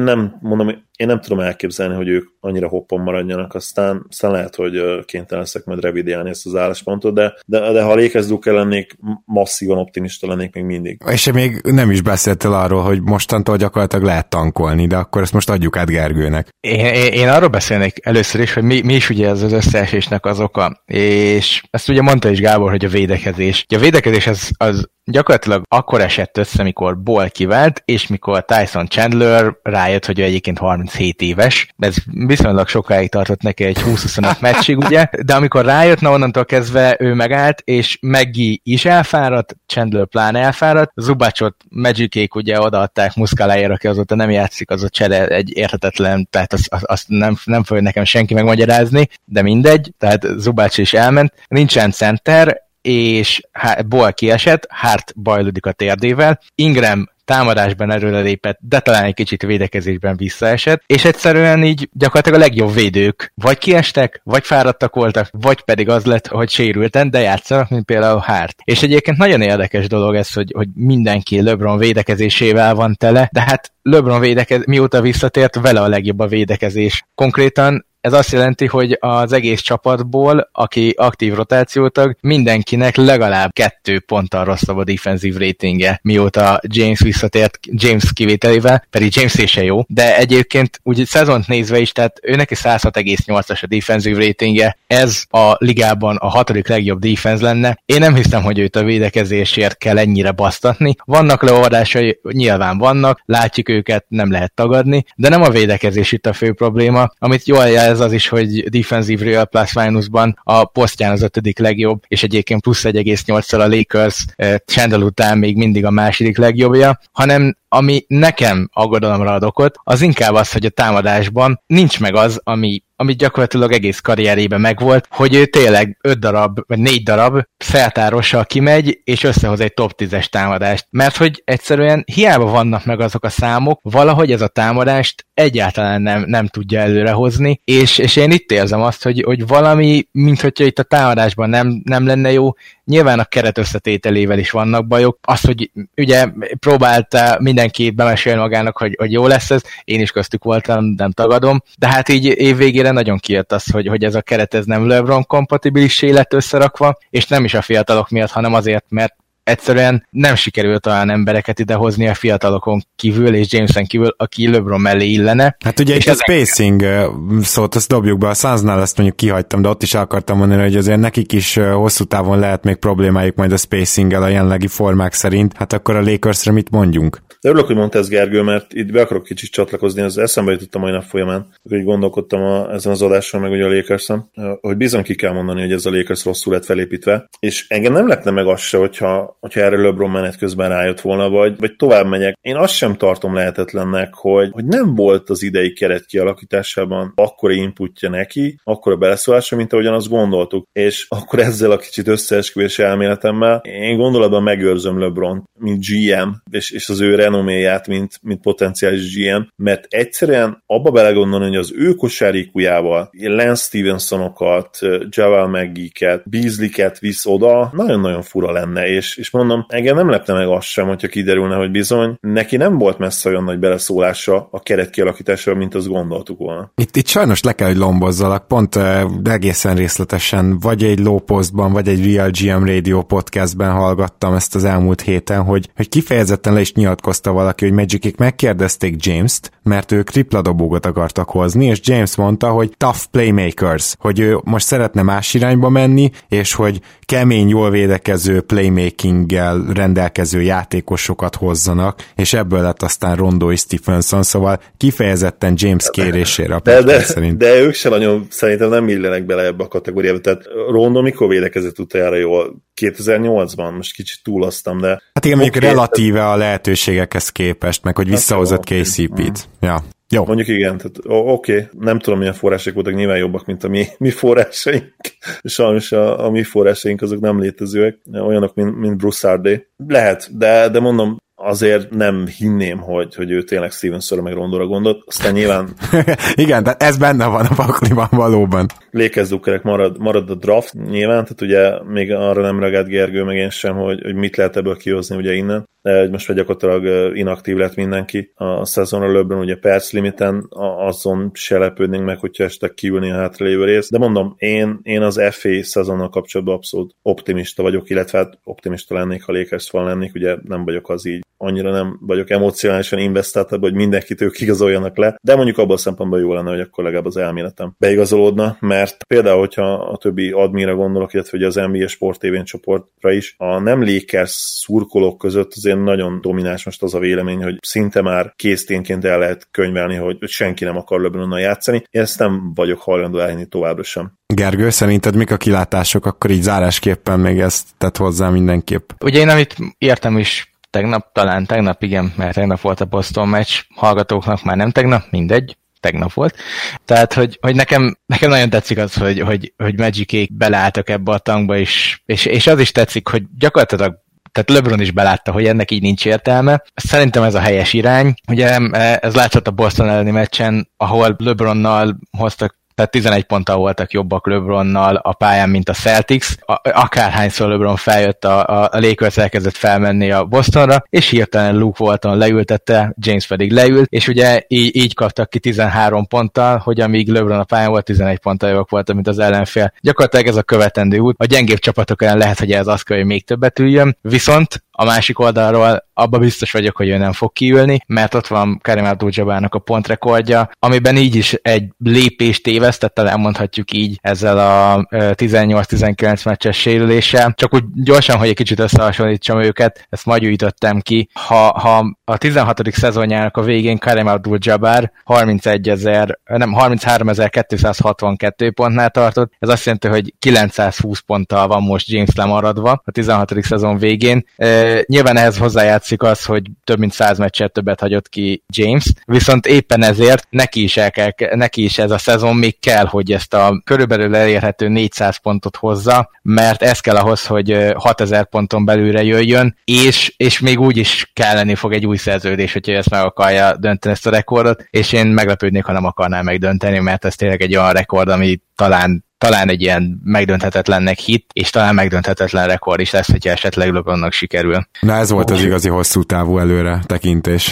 nem tudom elképzelni, hogy ők annyira hoppon maradjanak, aztán lehet, hogy kénytelen leszek majd revidiálni ezt az álláspontot, de ha lékezdők lennék, masszívan optimista lennék még mindig. És még nem is beszéltél arról, hogy mostantól gyakorlatilag lehet tankolni, de akkor ezt most adjuk át Gergőnek. Én arról beszélnék először is, hogy mi is ugye ez az összeesésnek az oka, és ezt ugye mondta is Gábor, hogy a védekezés. A védekezés az gyakorlatilag akkor esett össze, mikor Ball kivált, és mikor Tyson Chandler rájött, hogy ő egyébként 37 éves. Ez viszonylag sokáig tartott neki, egy 20-25 meccsig, ugye? De amikor rájött, na onnantól kezdve ő megállt, és Maggie is elfáradt, Chandler pláne elfáradt, Zubacot Magic-ék ugye odaadták Muscaláért, aki azóta nem játszik, az a csere egy érthetetlen, tehát azt nem fogja nekem senki megmagyarázni, de mindegy, tehát Zubac is elment, nincsen center, és Ball kiesett, Hart bajlódik a térdével, Ingram támadásban erőlelépett, de talán egy kicsit védekezésben visszaesett, és egyszerűen így gyakorlatilag a legjobb védők vagy kiestek, vagy fáradtak voltak, vagy pedig az lett, hogy sérülten, de játszanak, mint például Hart. És egyébként nagyon érdekes dolog ez, hogy mindenki LeBron védekezésével van tele, de hát LeBron mióta visszatért, vele a legjobb a védekezés. Konkrétan ez azt jelenti, hogy az egész csapatból, aki aktív rotációtag, mindenkinek legalább 2 ponttal rosszabb a defensive ratingje, mióta James visszatért, James kivételével, pedig James se jó, de egyébként úgy szezont nézve is, tehát ő neki 106,8-as a defensive ratingje, ez a ligában a 6. legjobb defense lenne. Én nem hiszem, hogy őt a védekezésért kell ennyire basztatni. Vannak leolvadásai, nyilván vannak, látjuk őket, nem lehet tagadni, de nem a védekezés itt a fő probléma, amit jól ez az is, hogy defensive real plus-minusban a posztján az 5. legjobb, és egyébként plusz 1,8-szal a Lakers Chandler után még mindig a második legjobbja, hanem ami nekem aggodalomra ad okot, az inkább az, hogy a támadásban nincs meg az, ami gyakorlatilag egész karrierében megvolt, hogy ő tényleg 5 darab, vagy 4 darab feltárossal kimegy, és összehoz egy top 10-es támadást. Mert hogy egyszerűen hiába vannak meg azok a számok, valahogy ez a támadást egyáltalán nem tudja előrehozni, és én itt érzem azt, hogy valami, mint hogyha itt a támadásban nem lenne jó, nyilván a keret összetételével is vannak bajok. Az, hogy ugye próbálta mindenki bemesélni magának, hogy jó lesz ez, én is köztük voltam, nem tagadom, de hát így évvégére nagyon kijött az, hogy ez a keret ez nem LeBron kompatibilissé lett összerakva, és nem is a fiatalok miatt, hanem azért, mert egyszerűen nem sikerült olyan embereket idehozni a fiatalokon kívül, és Jameson kívül, aki LeBron mellé illene. Hát ugye itt a spacing szót, azt dobjuk be, a Sunsnál ezt mondjuk kihagytam, de ott is akartam mondani, hogy azért nekik is hosszú távon lehet még problémájuk majd a spacinggel a jelenlegi formák szerint, hát akkor a Lakersre mit mondjunk? De örülök, hogy mondta ez Gergő, mert itt be akarok kicsit csatlakozni, az eszembe jutott a mai nap folyamán, hogy gondolkodtam ezen az adáson, meg ugye a Lakersen, hogy bizony ki kell mondani, hogy ez a Lakers rosszul lett felépítve, és engem nem lepne meg az se, hogyha erre LeBron menet közben rájött volna, vagy tovább megyek. Én azt sem tartom lehetetlennek, hogy nem volt az idei keret kialakításában akkora inputja neki, akkora beleszólása, mint ahogyan azt gondoltuk. És akkor ezzel a kicsit összeesküvés elméletemmel én gondolatban megőrzöm LeBron, mint GM, és az ő renoméját, mint potenciális GM, mert egyszerűen abba belegondolni, hogy az ő kosárikujával Lance Stevensonokat, Javal McGee-ket, Beasley-ket visz oda, nagyon-nagyon fura lenne, és mondom, engem nem lepne meg az sem, hogyha kiderülne, hogy bizony, neki nem volt messze olyan nagy beleszólása a keret kialakításra, mint azt gondoltuk volna. Itt sajnos le kell, hogy lombozzalak, pont egészen részletesen, vagy egy Low Postban, vagy egy Real GM Radio podcastben hallgattam ezt az elmúlt héten, hogy kifejezetten le is nyilatkozta valaki, hogy Magic-ék megkérdezték James-t, mert ők tripladobógot akartak hozni, és James mondta, hogy tough playmakers, hogy ő most szeretne más irányba menni, és hogy kemény, jól védekező playmakinggel rendelkező játékosokat hozzanak, és ebből lett aztán Rondo és Stephenson, szóval kifejezetten James kérésére a szerint. De ők se nagyon szerintem nem illenek bele ebbe a kategóriába, tehát Rondo mikor védekezett utoljára jól? 2008-ban, most kicsit túloztam, de... Hát igen, mondjuk relatíve a lehetőségekhez képest, meg hogy visszahozott KCP-t. Ja. Jó. Mondjuk igen, tehát oké. Nem tudom, milyen források voltak, nyilván jobbak, mint a mi forrásaink. Sajnos a mi forrásaink azok nem létezőek, olyanok, mint Broussardé. Lehet, de mondom, azért nem hinném, hogy ő tényleg Stevensonra meg Rondóra gondolt. Aztán nyilván... Igen, de ez benne van a pakliban valóban. Lakers Dukkerek marad a draft nyilván, tehát ugye még arra nem reagált Gergő, meg én sem, hogy mit lehet ebből kihozni ugye innen. De hogy most gyakorlatilag inaktív lett mindenki a szezonra, LeBron ugye perc limiten, azon se lepődnénk meg, hogyha este kiülni a hátralévő rész. De mondom, én az FA szezonnal kapcsolatban abszolút optimista vagyok, illetve hát optimista lennék, ha Lakers fan lennék, ugye nem vagyok az így, annyira nem vagyok emocionálisan investáltabb, hogy mindenkit ők igazoljanak le, de mondjuk abban a szempontból jó lenne, hogy akkor legalább az elméletem beigazolódna, mert például, hogyha a többi admira gondolok, illetve hogy az NBA Sport TV-n csoportra is, a nem Lakers szurkolók között azért nagyon domináns most az a vélemény, hogy szinte már készténként el lehet könyvelni, hogy senki nem akar LeBronnal játszani. Én ezt nem vagyok hajlandó elhinni továbbra sem. Gergő, szerinted mik a kilátások? Akkor így zárásképpen még ezt tett hozzá mindenképp. Ugye én amit értem is talán tegnap, igen, mert tegnap volt a Boston meccs, hallgatóknak már nem tegnap, mindegy, tegnap volt. Tehát, hogy nekem nagyon tetszik az, hogy Magic-ék beleálltak ebbe a tankba, és az is tetszik, hogy gyakorlatilag tehát LeBron is belátta, hogy ennek így nincs értelme. Szerintem ez a helyes irány. Ugye ez látszott a Boston elleni meccsen, ahol LeBronnal hoztak, tehát 11 ponttal voltak jobbak LeBronnal a pályán, mint a Celtics. Akárhányszor LeBron feljött, a Lakers elkezdett felmenni a Bostonra, és hirtelen Luke Walton leültette, James pedig leült, és ugye így kaptak ki 13 ponttal, hogy amíg LeBron a pályán volt, 11 ponttal jobbak voltak, mint az ellenfél. Gyakorlatilag ez a követendő út. A gyengébb csapatok ellen lehet, hogy ez az kell, hogy még többet üljön, viszont a másik oldalról abba biztos vagyok, hogy ő nem fog kiülni, mert ott van Kareem Abdul-Jabbarnak a pontrekordja, amiben így is egy lépést téved, tévesztett, elmondhatjuk így ezzel a 18-19 meccses sérüléssel. Csak úgy gyorsan, hogy egy kicsit összehasonlítsam őket, ezt majd gyűjtöttem ki. Ha a 16. szezonjának a végén Kareem Abdul-Jabbar 33.262 pontnál tartott, ez azt jelenti, hogy 920 ponttal van most James lemaradva a 16. szezon végén. Nyilván ehhez hozzájátszik az, hogy több mint 100 meccset többet hagyott ki James, viszont éppen ezért neki is ez a szezon még kell, hogy ezt a körülbelül elérhető 400 pontot hozza, mert ez kell ahhoz, hogy 6000 ponton belülre jöjjön, és még úgy is kelleni fog egy új szerződés, hogyha ezt meg akarja dönteni ezt a rekordot, és én meglepődnék, ha nem akarná megdönteni, mert ez tényleg egy olyan rekord, ami talán egy ilyen megdönthetetlennek hit, és talán megdönthetetlen rekord is lesz, hogyha esetleg LeBronnak sikerül. Na ez volt az igazi hosszú távú előre tekintés.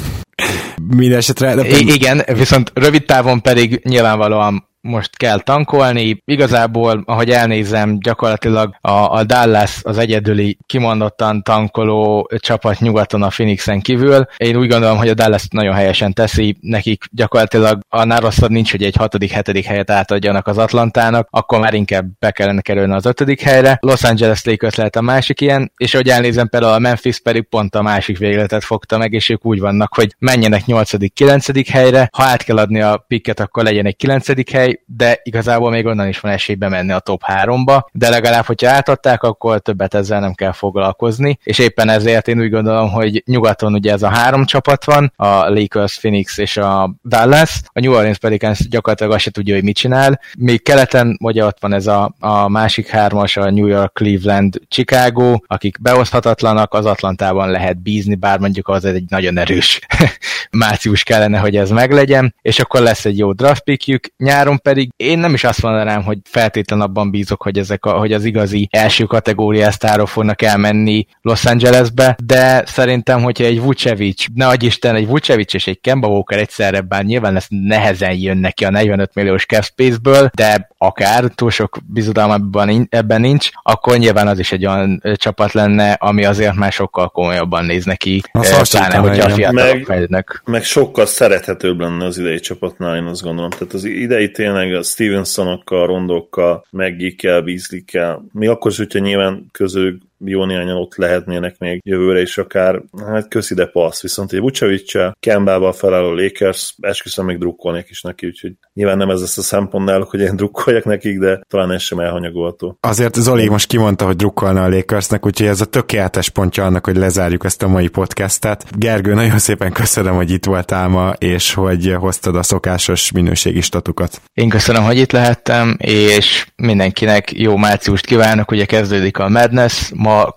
Mindenesetre... Igen, viszont rövid távon pedig nyilvánvalóan most kell tankolni. Igazából, ahogy elnézem, gyakorlatilag a Dallas az egyedüli kimondottan tankoló csapat nyugaton a Phoenixen kívül. Én úgy gondolom, hogy a Dallas nagyon helyesen teszi, nekik gyakorlatilag annál rosszabb nincs, hogy egy 6.-7. helyet átadjanak az Atlantának, akkor már inkább be kellene kerülni az 5. helyre. Los Angeles Lakers lehet a másik ilyen, és ahogy elnézem, például a Memphis pedig pont a másik végletet fogta meg, és ők úgy vannak, hogy menjenek 8.-9. helyre, ha át kell adni a picket, akkor legyen egy 9. hely, de igazából még onnan is van esélybe menni a top 3-ba, de legalább, hogyha átadták, akkor többet ezzel nem kell foglalkozni, és éppen ezért én úgy gondolom, hogy nyugaton ugye ez a 3 csapat van, a Lakers, Phoenix és a Dallas, a New Orleans pedig gyakorlatilag azt se tudja, hogy mit csinál, még keleten ugye ott van ez a másik 3-as, a New York, Cleveland, Chicago, akik beoszthatatlanak, az Atlantában lehet bízni, bár mondjuk az egy nagyon erős március kellene, hogy ez meglegyen, és akkor lesz egy jó draft pickjük, nyáron pedig én nem is azt mondanám, hogy feltétlen abban bízok, hogy hogy az igazi első kategóriás sztárok fognak elmenni Los Angelesbe, de szerintem, hogyha egy Vucevic, ne adj Isten, egy Vucevic és egy Kemba Walker egyszerre, bár nyilván ez nehezen jön neki a 45 milliós cap space-ből, de akár túl sok bizodalmában ebben nincs, akkor nyilván az is egy olyan csapat lenne, ami azért már sokkal komolyabban néz neki, pláne, hogyha a fiatalok fejlődnek. Meg sokkal szerethetőbb lenne az idei csapatnál, én azt gondolom. Tehát az idei tényleg a Stevensonokkal, Rondokkal, Maggie-kel, Beasley-kel, még akkor is, hogyha nyilván közülük jó néhányan ott lehetnének még jövőre is akár, hát köszi, de passz. Viszont egy Vucevic-sel, Kembával felálló Lakers, esküszöm, még drukkolnék is neki, úgyhogy nyilván nem ez lesz a szempont náluk, hogy én drukkoljak nekik, de talán ez sem elhanyagolható. Azért Zoli most kimondta, hogy drukkolna a Lakersnek, úgyhogy ez a tökéletes pontja annak, hogy lezárjuk ezt a mai podcastet. Gergő, nagyon szépen köszönöm, hogy itt voltál ma, és hogy hoztad a szokásos minőségi statukat. Én köszönöm, hogy itt lehettem, és mindenkinek jó márciust kívánok, ugye kezdődik a Madness,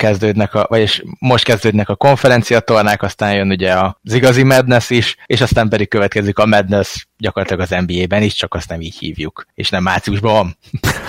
most kezdődnek a konferenciatornák, aztán jön ugye az igazi Madness is, és aztán pedig következik a Madness gyakorlatilag az NBA-ben is, csak azt nem így hívjuk, és nem márciusban van.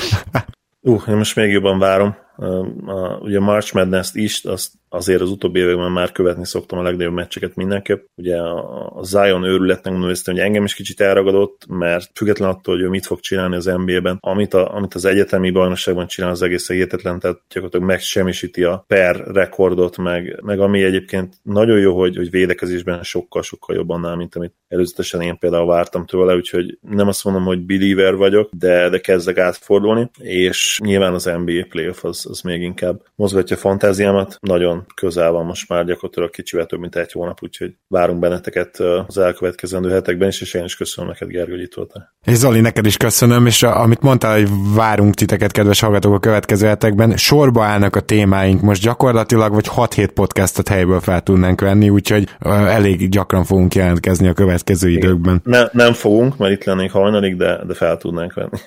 Én most még jobban várom. Ugye a March Madness-t is, azért az utóbbi években már követni szoktam a legnagyobb meccseket mindenképp. Ugye a Zion őrületnek mondom, hogy engem is kicsit elragadott, mert független attól, hogy ő mit fog csinálni az NBA-ben, amit az egyetemi bajnokságban csinál, az egész hihetetlen, tehát gyakorlatilag megsemmisíti a per rekordot, meg ami egyébként nagyon jó, hogy védekezésben sokkal-sokkal jobban áll, mint amit előzetesen én például vártam tőle, úgyhogy nem azt mondom, hogy believer vagyok, de kezdek átfordulni, és nyilván az NBA playoff az még inkább mozgatja a fantáziámat. Nagyon közel van most már, gyakorlatilag kicsivel több mint egy hónap, úgyhogy várunk benneteket az elkövetkezendő hetekben is, és én is köszönöm neked, Gergő, hogy itt voltál. És Zoli, neked is köszönöm, és amit mondtál, hogy várunk titeket, kedves hallgatók, a következő hetekben, sorba állnak a témáink most gyakorlatilag, vagy 6-7 podcastot helyből fel tudnánk venni, úgyhogy elég gyakran fogunk jelentkezni a következő időkben. Nem fogunk, mert itt lennénk hajnalig, de fel tudnánk venni.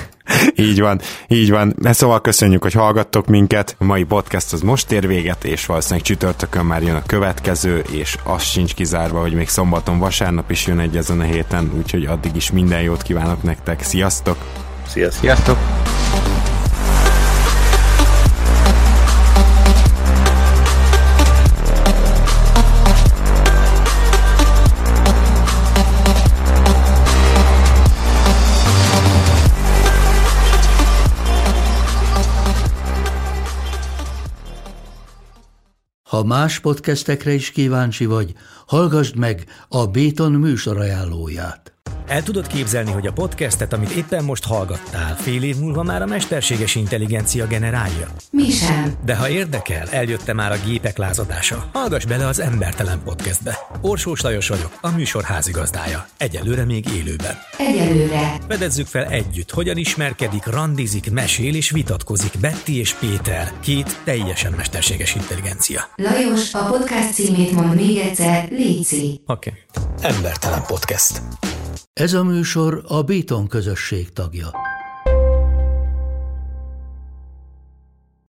Így van. Szóval köszönjük, hogy hallgattok minket. A mai podcast az most ér véget, és valószínűleg csütörtökön már jön a következő, és az sincs kizárva, hogy még szombaton, vasárnap is jön egy ezen a héten, úgyhogy addig is minden jót kívánok nektek. Sziasztok! Sziasztok! Ha más podcastekre is kíváncsi vagy, hallgassd meg a Béton műsor ajánlóját. El tudod képzelni, hogy a podcastet, amit éppen most hallgattál, fél év múlva már a mesterséges intelligencia generálja? Mi sem. De ha érdekel, eljötte már a gépek lázadása. Hallgass bele az Embertelen Podcastbe. Orsós Lajos vagyok, a műsor házigazdája. Egyelőre még élőben. Egyelőre. Fedezzük fel együtt, hogyan ismerkedik, randizik, mesél és vitatkozik Betty és Péter, két teljesen mesterséges intelligencia. Lajos, a podcast címét mond még egyszer, léci. Oké. Embertelen Podcast. Ez a műsor a Béton közösség tagja.